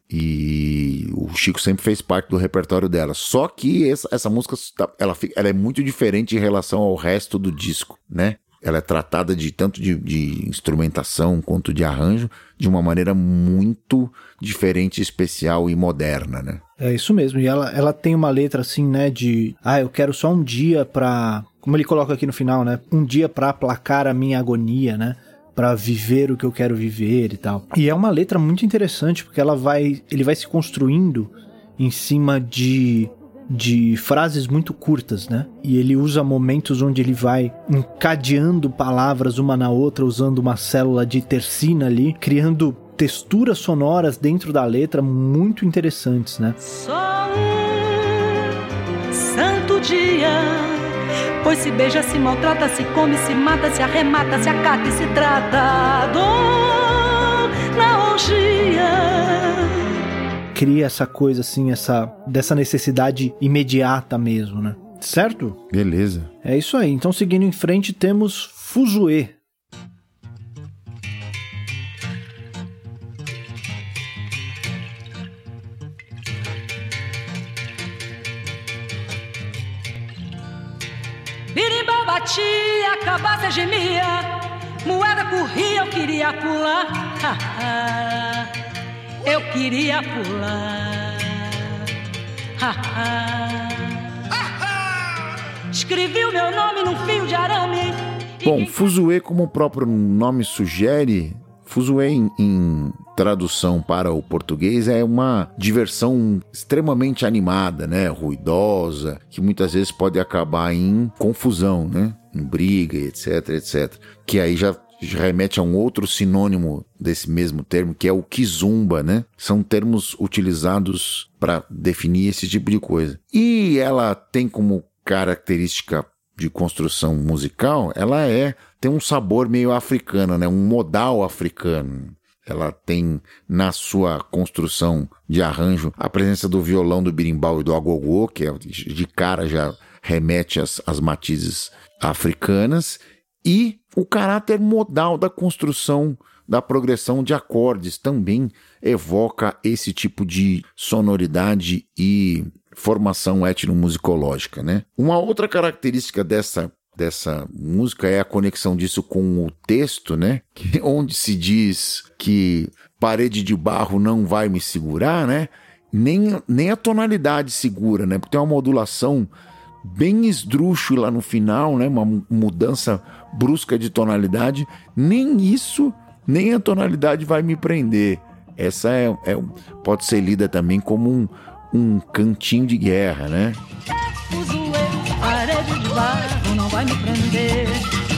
Speaker 2: e o Chico sempre fez parte do repertório dela. Só que essa, essa música ela, ela é muito diferente em relação ao resto do disco, né? Ela é tratada de tanto de, de instrumentação quanto de arranjo de uma maneira muito diferente, especial e moderna, né?
Speaker 1: É isso mesmo, e ela, ela tem uma letra assim, né, de ah, eu quero só um dia pra, como ele coloca aqui no final, né, um dia pra aplacar a minha agonia, né, para viver o que eu quero viver e tal. E é uma letra muito interessante, porque ela vai, ele vai se construindo em cima de de frases muito curtas, né? E ele usa momentos onde ele vai encadeando palavras uma na outra, usando uma célula de tercina ali, criando texturas sonoras dentro da letra muito interessantes, né?
Speaker 3: Só um santo dia, pois se beija, se maltrata, se come, se mata, se arremata, se acata e se trata. Dor na orgia.
Speaker 1: Cria essa coisa assim, essa, dessa necessidade imediata mesmo, né? Certo?
Speaker 2: Beleza.
Speaker 1: É isso aí. Então, seguindo em frente, temos Fuzue.
Speaker 3: Birimbau batia, cabaça gemia, moeda corria, eu queria pular. Eu queria pular. Escrevi o meu nome num fio de arame.
Speaker 2: Bom, Fuzue, como o próprio nome sugere, Fuzue em, em tradução para o português é uma diversão extremamente animada, né? Ruidosa, que muitas vezes pode acabar em confusão, né? Em briga, etc, etcétera. Que aí já remete a um outro sinônimo desse mesmo termo, que é o kizumba, né? São termos utilizados para definir esse tipo de coisa. E ela tem como característica de construção musical, ela é tem um sabor meio africano, né? Um modal africano. Ela tem na sua construção de arranjo a presença do violão, do berimbau e do agogô, que é, de cara já remete às, às matizes africanas, e o caráter modal da construção, da progressão de acordes também evoca esse tipo de sonoridade e formação etnomusicológica, né? Uma outra característica dessa, dessa música é a conexão disso com o texto, né? Que, onde se diz que parede de barro não vai me segurar, né? Nem, nem a tonalidade segura, né? Porque tem uma modulação bem esdrúxula no final, né? Uma mudança brusca de tonalidade. Nem isso, nem a tonalidade vai me prender. Essa é, é, pode ser lida também como um, um cantinho de guerra, né?
Speaker 3: Fuzue, parede de barro não vai me prender.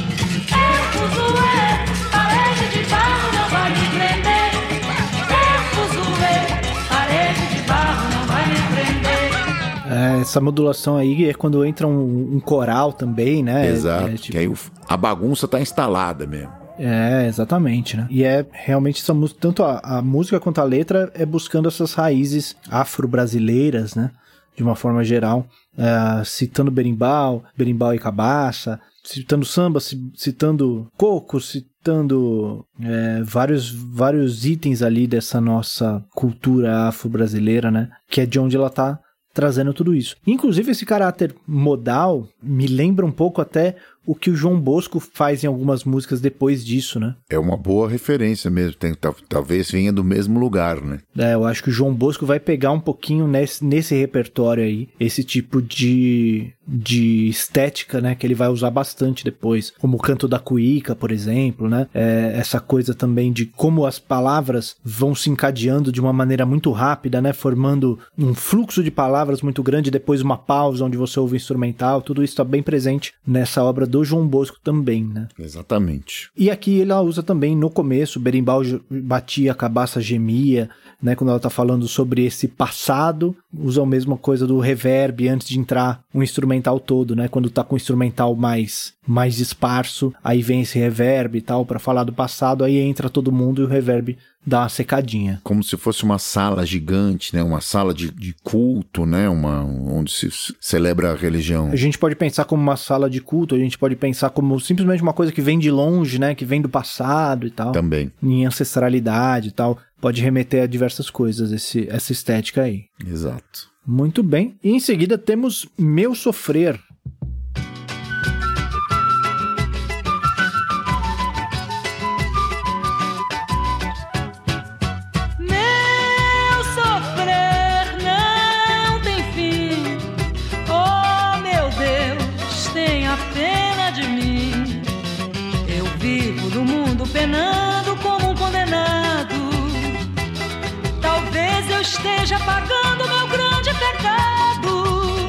Speaker 3: Fuzue, parede de barro não vai me prender. Fuzue, parede de barro não vai me prender.
Speaker 1: É, essa modulação aí é quando entra um, um coral também, né?
Speaker 2: Exato,
Speaker 1: é, é, tipo...
Speaker 2: que aí o, a bagunça tá instalada mesmo.
Speaker 1: É, exatamente, né? E é realmente essa música, tanto a, a música quanto a letra é buscando essas raízes afro-brasileiras, né? De uma forma geral, é, citando berimbau, berimbau e cabaça, citando samba, citando coco, citando é, vários, vários itens ali dessa nossa cultura afro-brasileira, né? Que é de onde ela tá trazendo tudo isso. Inclusive, esse caráter modal me lembra um pouco até o que o João Bosco faz em algumas músicas depois disso, né?
Speaker 2: É uma boa referência mesmo, tem, talvez venha do mesmo lugar, né?
Speaker 1: É, eu acho que o João Bosco vai pegar um pouquinho nesse, nesse repertório aí, esse tipo de, de estética, né, que ele vai usar bastante depois, como o canto da cuíca, por exemplo, né? É, essa coisa também de como as palavras vão se encadeando de uma maneira muito rápida, né, formando um fluxo de palavras muito grande, depois uma pausa onde você ouve o instrumental, tudo isso está bem presente nessa obra do João Bosco também, né?
Speaker 2: Exatamente.
Speaker 1: E aqui ela usa também no começo, berimbau batia, cabaça gemia, né? Quando ela tá falando sobre esse passado, usa a mesma coisa do reverb antes de entrar um instrumental todo, né? Quando tá com o instrumental mais, mais esparso, aí vem esse reverb e tal, pra falar do passado, aí entra todo mundo e o reverb dá uma secadinha.
Speaker 2: Como se fosse uma sala gigante, né? Uma sala de, de culto, né? Uma, onde se celebra a religião.
Speaker 1: A gente pode pensar como uma sala de culto, a gente pode pensar como simplesmente uma coisa que vem de longe, né? Que vem do passado e tal.
Speaker 2: Também.
Speaker 1: Em ancestralidade e tal. Pode remeter a diversas coisas, esse, essa estética aí.
Speaker 2: Exato.
Speaker 1: Muito bem. E em seguida temos Meu Sofrer.
Speaker 3: Penando como um condenado, talvez eu esteja pagando meu grande pecado.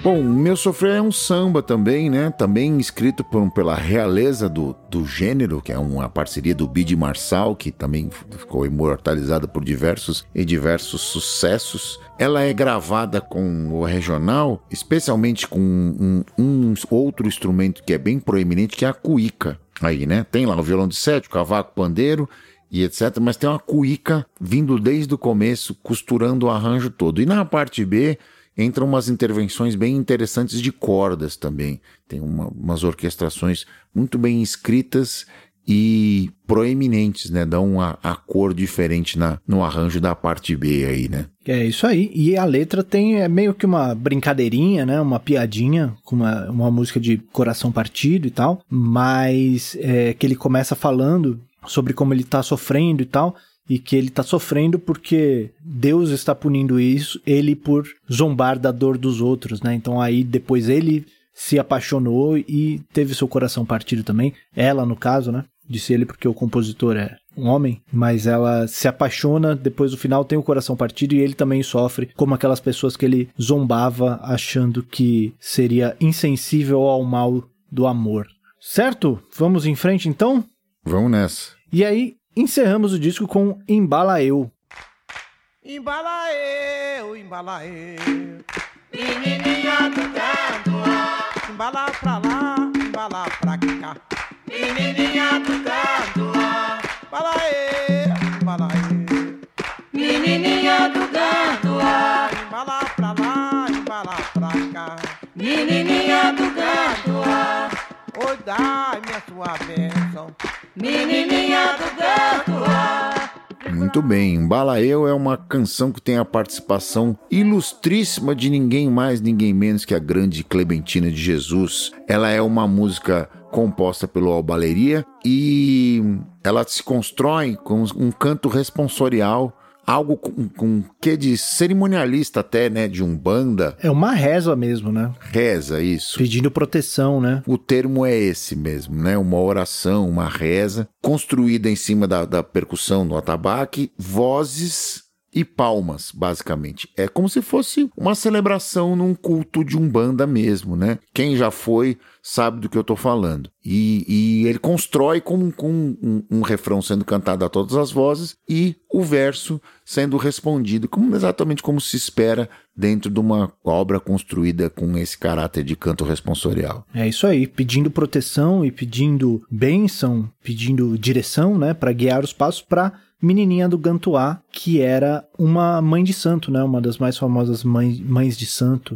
Speaker 2: Bom, Meu Sofrer é um samba também, né? Também escrito por, pela realeza do, do gênero, que é uma parceria do Bide Marçal, que também ficou imortalizada por diversos e diversos sucessos. Ela é gravada com o regional, especialmente com um, um outro instrumento que é bem proeminente, que é a cuíca. Aí, né? Tem lá o violão de sete, o cavaco, o pandeiro e etcétera. Mas tem uma cuíca vindo desde o começo, costurando o arranjo todo. E na parte B entram umas intervenções bem interessantes de cordas também. Tem uma, umas orquestrações muito bem escritas e proeminentes, né? Dão uma, a cor diferente na, no arranjo da parte B aí, né?
Speaker 1: É isso aí. E a letra tem é meio que uma brincadeirinha, né? Uma piadinha com uma, uma música de coração partido e tal. Mas é, que ele começa falando sobre como ele tá sofrendo e tal. E que ele está sofrendo porque Deus está punindo isso, ele por zombar da dor dos outros, né? Então aí depois ele se apaixonou e teve seu coração partido também. Ela, no caso, né? Disse ele porque o compositor é um homem, mas ela se apaixona, depois no final tem o coração partido e ele também sofre, como aquelas pessoas que ele zombava achando que seria insensível ao mal do amor. Certo? Vamos em frente então?
Speaker 2: Vamos nessa.
Speaker 1: E aí, encerramos o disco com Embala Eu.
Speaker 4: Embala eu, embala eu, menininha do canto, embala pra lá, embala pra cá, menininha do canto, embala eu, embala eu, menininha do canto, embala pra lá, embala pra cá, menininha do canto, oi, dá-me a sua bênção, menininha do canto.
Speaker 2: Muito bem, Embala Eu é uma canção que tem a participação ilustríssima de ninguém mais, ninguém menos que a grande Clementina de Jesus. Ela é uma música composta pelo Albaleria e ela se constrói com um canto responsorial, algo com, com que de cerimonialista até, né, de umbanda.
Speaker 1: É uma reza mesmo, né?
Speaker 2: Reza, isso.
Speaker 1: Pedindo proteção, né?
Speaker 2: O termo é esse mesmo, né? Uma oração, uma reza, construída em cima da, da percussão no atabaque, vozes e palmas, basicamente. É como se fosse uma celebração num culto de umbanda mesmo, né? Quem já foi sabe do que eu tô falando. E, e ele constrói com, com um, um refrão sendo cantado a todas as vozes e o verso sendo respondido como, exatamente como se espera dentro de uma obra construída com esse caráter de canto responsorial.
Speaker 1: É isso aí, pedindo proteção e pedindo bênção, pedindo direção, né, para guiar os passos para menininha do Gantuá, que era uma mãe de santo, né, uma das mais famosas mães, mães de santo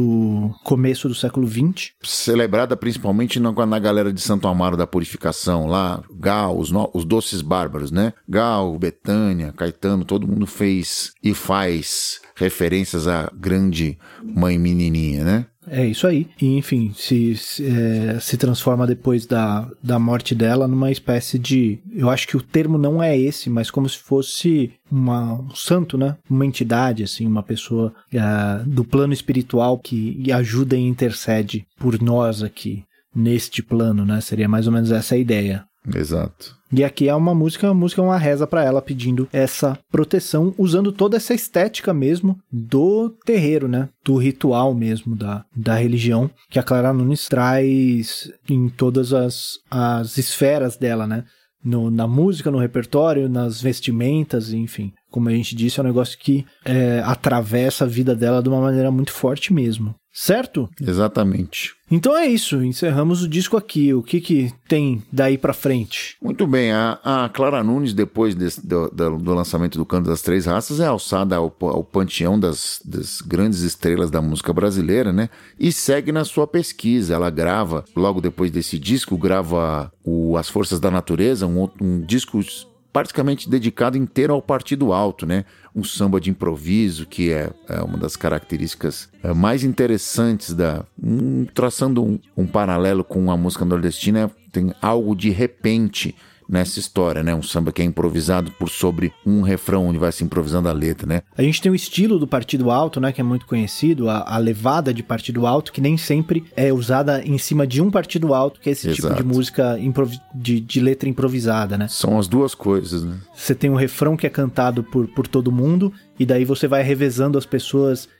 Speaker 1: do começo do século vinte.
Speaker 2: Celebrada principalmente na, na galera de Santo Amaro da Purificação, lá, Gal, os, no, os Doces Bárbaros, né? Gal, Betânia, Caetano, todo mundo fez e faz referências à grande mãe menininha, né?
Speaker 1: É isso aí. E, enfim, se, se, é, se transforma depois da, da morte dela numa espécie de... Eu acho que o termo não é esse, mas como se fosse uma, um santo, né? Uma entidade, assim, uma pessoa é, do plano espiritual que ajuda e intercede por nós aqui, neste plano, né? Seria mais ou menos essa a ideia.
Speaker 2: Exato.
Speaker 1: E aqui é uma música, a música é uma reza para ela pedindo essa proteção, usando toda essa estética mesmo do terreiro, né? Do ritual mesmo da, da religião, que a Clara Nunes traz em todas as, as esferas dela, né? No, na música, no repertório, nas vestimentas, enfim. Como a gente disse, é um negócio que é, atravessa a vida dela de uma maneira muito forte mesmo. Certo?
Speaker 2: Exatamente.
Speaker 1: Então é isso, encerramos o disco aqui. O que que tem daí pra frente?
Speaker 2: Muito bem, a, a Clara Nunes, depois desse, do, do, do lançamento do Canto das Três Raças, é alçada ao, ao panteão das, das grandes estrelas da música brasileira, né? E segue na sua pesquisa. Ela grava, logo depois desse disco, grava o As Forças da Natureza, um, um disco praticamente dedicado inteiro ao Partido Alto, né? Um samba de improviso, que é, é uma das características é, mais interessantes da... Um, traçando um, um paralelo com a música nordestina, tem algo de repente nessa história, né? Um samba que é improvisado por sobre um refrão onde vai se improvisando a letra, né?
Speaker 1: A gente tem o estilo do Partido Alto, né? Que é muito conhecido, a, a levada de Partido Alto, que nem sempre é usada em cima de um Partido Alto, que é esse
Speaker 2: Exato.
Speaker 1: Tipo de música improvi- de, de letra improvisada, né?
Speaker 2: São as duas coisas, né?
Speaker 1: Você tem um refrão que é cantado por, por todo mundo, e daí você vai revezando as pessoas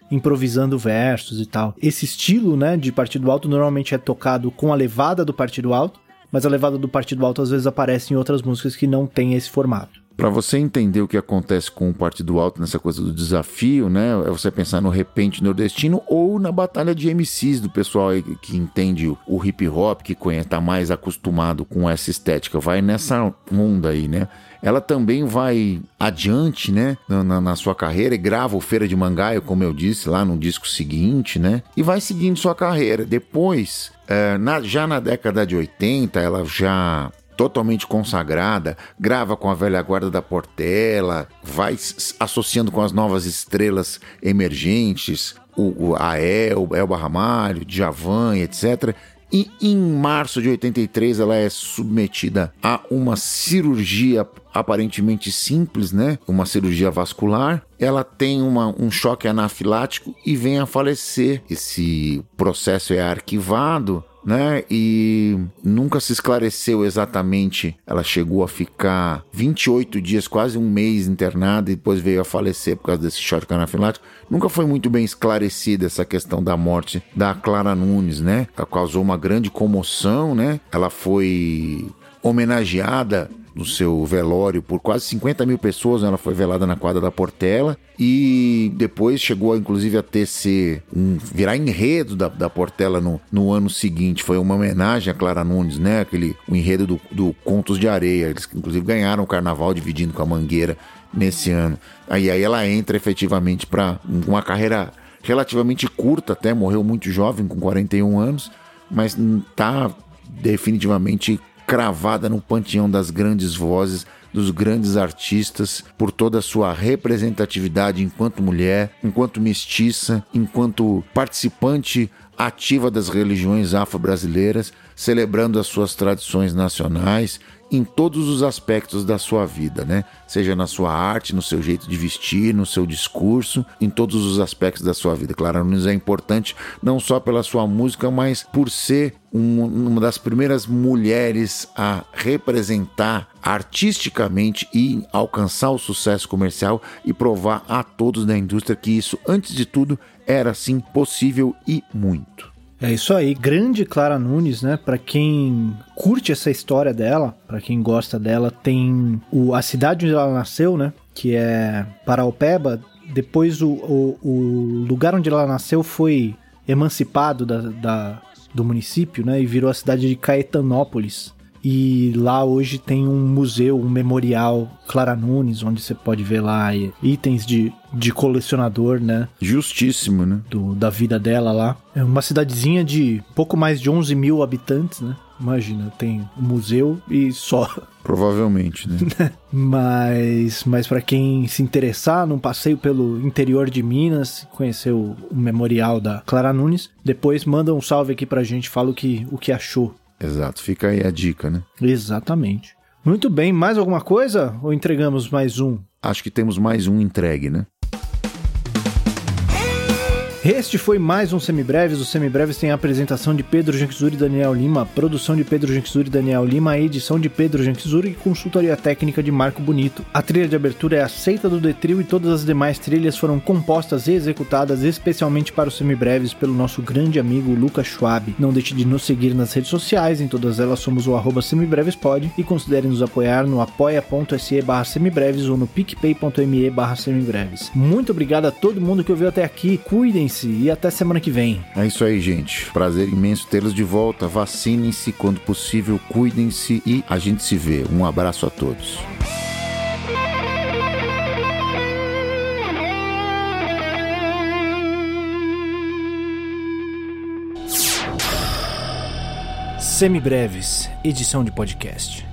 Speaker 1: improvisando versos e tal. Esse estilo, né, de partido alto normalmente é tocado com a levada do partido alto, mas a levada do partido alto às vezes aparece em outras músicas que não tem esse formato.
Speaker 2: Para você entender o que acontece com o partido alto nessa coisa do desafio, né? É você pensar no repente nordestino ou na batalha de M Cs do pessoal aí que entende o hip hop, que está mais acostumado com essa estética. Vai nessa onda aí, né? Ela também vai adiante, né, na, na sua carreira e grava o Feira de Mangaio, como eu disse, lá no disco seguinte, né? E vai seguindo sua carreira. Depois, é, na, já na década de oitenta, ela já... totalmente consagrada, grava com a velha guarda da Portela, vai associando com as novas estrelas emergentes, o, o Ael, Elba Ramalho, Djavan, etcétera. E em março de oitenta e três ela é submetida a uma cirurgia aparentemente simples, né? Uma cirurgia vascular. Ela tem uma, um choque anafilático e vem a falecer. Esse processo é arquivado, né? E nunca se esclareceu exatamente. Ela chegou a ficar vinte e oito dias, quase um mês internada, e depois veio a falecer por causa desse choque anafilático. Nunca foi muito bem esclarecida essa questão da morte da Clara Nunes, né? Ela causou uma grande comoção, né? Ela foi homenageada no seu velório por quase cinquenta mil pessoas. Ela foi velada na quadra da Portela e depois chegou inclusive a ter se um, virar enredo da, da Portela no, no ano seguinte. Foi uma homenagem a Clara Nunes, né? Aquele, o enredo do, do Contos de Areia. Eles inclusive ganharam o carnaval dividindo com a Mangueira nesse ano. Aí, aí ela entra efetivamente para uma carreira relativamente curta, até morreu muito jovem, com quarenta e um anos, mas está definitivamente cravada no panteão das grandes vozes, dos grandes artistas, por toda a sua representatividade enquanto mulher, enquanto mestiça, enquanto participante ativa das religiões afro-brasileiras, celebrando as suas tradições nacionais em todos os aspectos da sua vida, né? Seja na sua arte, no seu jeito de vestir, no seu discurso, em todos os aspectos da sua vida. Clara Nunes é importante não só pela sua música, mas por ser um, uma das primeiras mulheres a representar artisticamente e alcançar o sucesso comercial e provar a todos da indústria que isso, antes de tudo, era sim possível e muito.
Speaker 1: É isso aí, grande Clara Nunes, né? Pra quem curte essa história dela, pra quem gosta dela, tem o, a cidade onde ela nasceu, né? Que é Paraopeba. Depois o, o, o lugar onde ela nasceu foi emancipado da, da, do município, né? E virou a cidade de Caetanópolis. E lá hoje tem um museu, um memorial Clara Nunes, onde você pode ver lá itens de, de colecionador, né?
Speaker 2: Justíssimo, né?
Speaker 1: Do, da vida dela lá. É uma cidadezinha de pouco mais de onze mil habitantes, né? Imagina, tem um museu e só.
Speaker 2: Provavelmente, né?
Speaker 1: mas mas para quem se interessar num passeio pelo interior de Minas, conhecer o, o memorial da Clara Nunes, depois manda um salve aqui pra gente, fala o que, o que achou.
Speaker 2: Exato, fica aí a dica, né?
Speaker 1: Exatamente. Muito bem, mais alguma coisa? Ou entregamos mais um?
Speaker 2: Acho que temos mais um entregue, né?
Speaker 1: Este foi mais um Semibreves. Os Semibreves tem a apresentação de Pedro Janquizuri e Daniel Lima, a produção de Pedro Janquizuri e Daniel Lima, a edição de Pedro Janquizuri e consultoria técnica de Marco Bonito. A trilha de abertura é aceita do Detril e todas as demais trilhas foram compostas e executadas especialmente para os Semibreves pelo nosso grande amigo Lucas Schwab. Não deixe de nos seguir nas redes sociais, em todas elas somos o arroba semibrevespod, e considere nos apoiar no apoia.se barra semibreves ou no picpay.me barra semibreves. Muito obrigado a todo mundo que ouviu até aqui, cuidem e até semana que vem.
Speaker 2: É isso aí, gente. Prazer imenso tê-los de volta. Vacinem-se quando possível, cuidem-se e a gente se vê. Um abraço a todos.
Speaker 1: Semibreves, edição de podcast.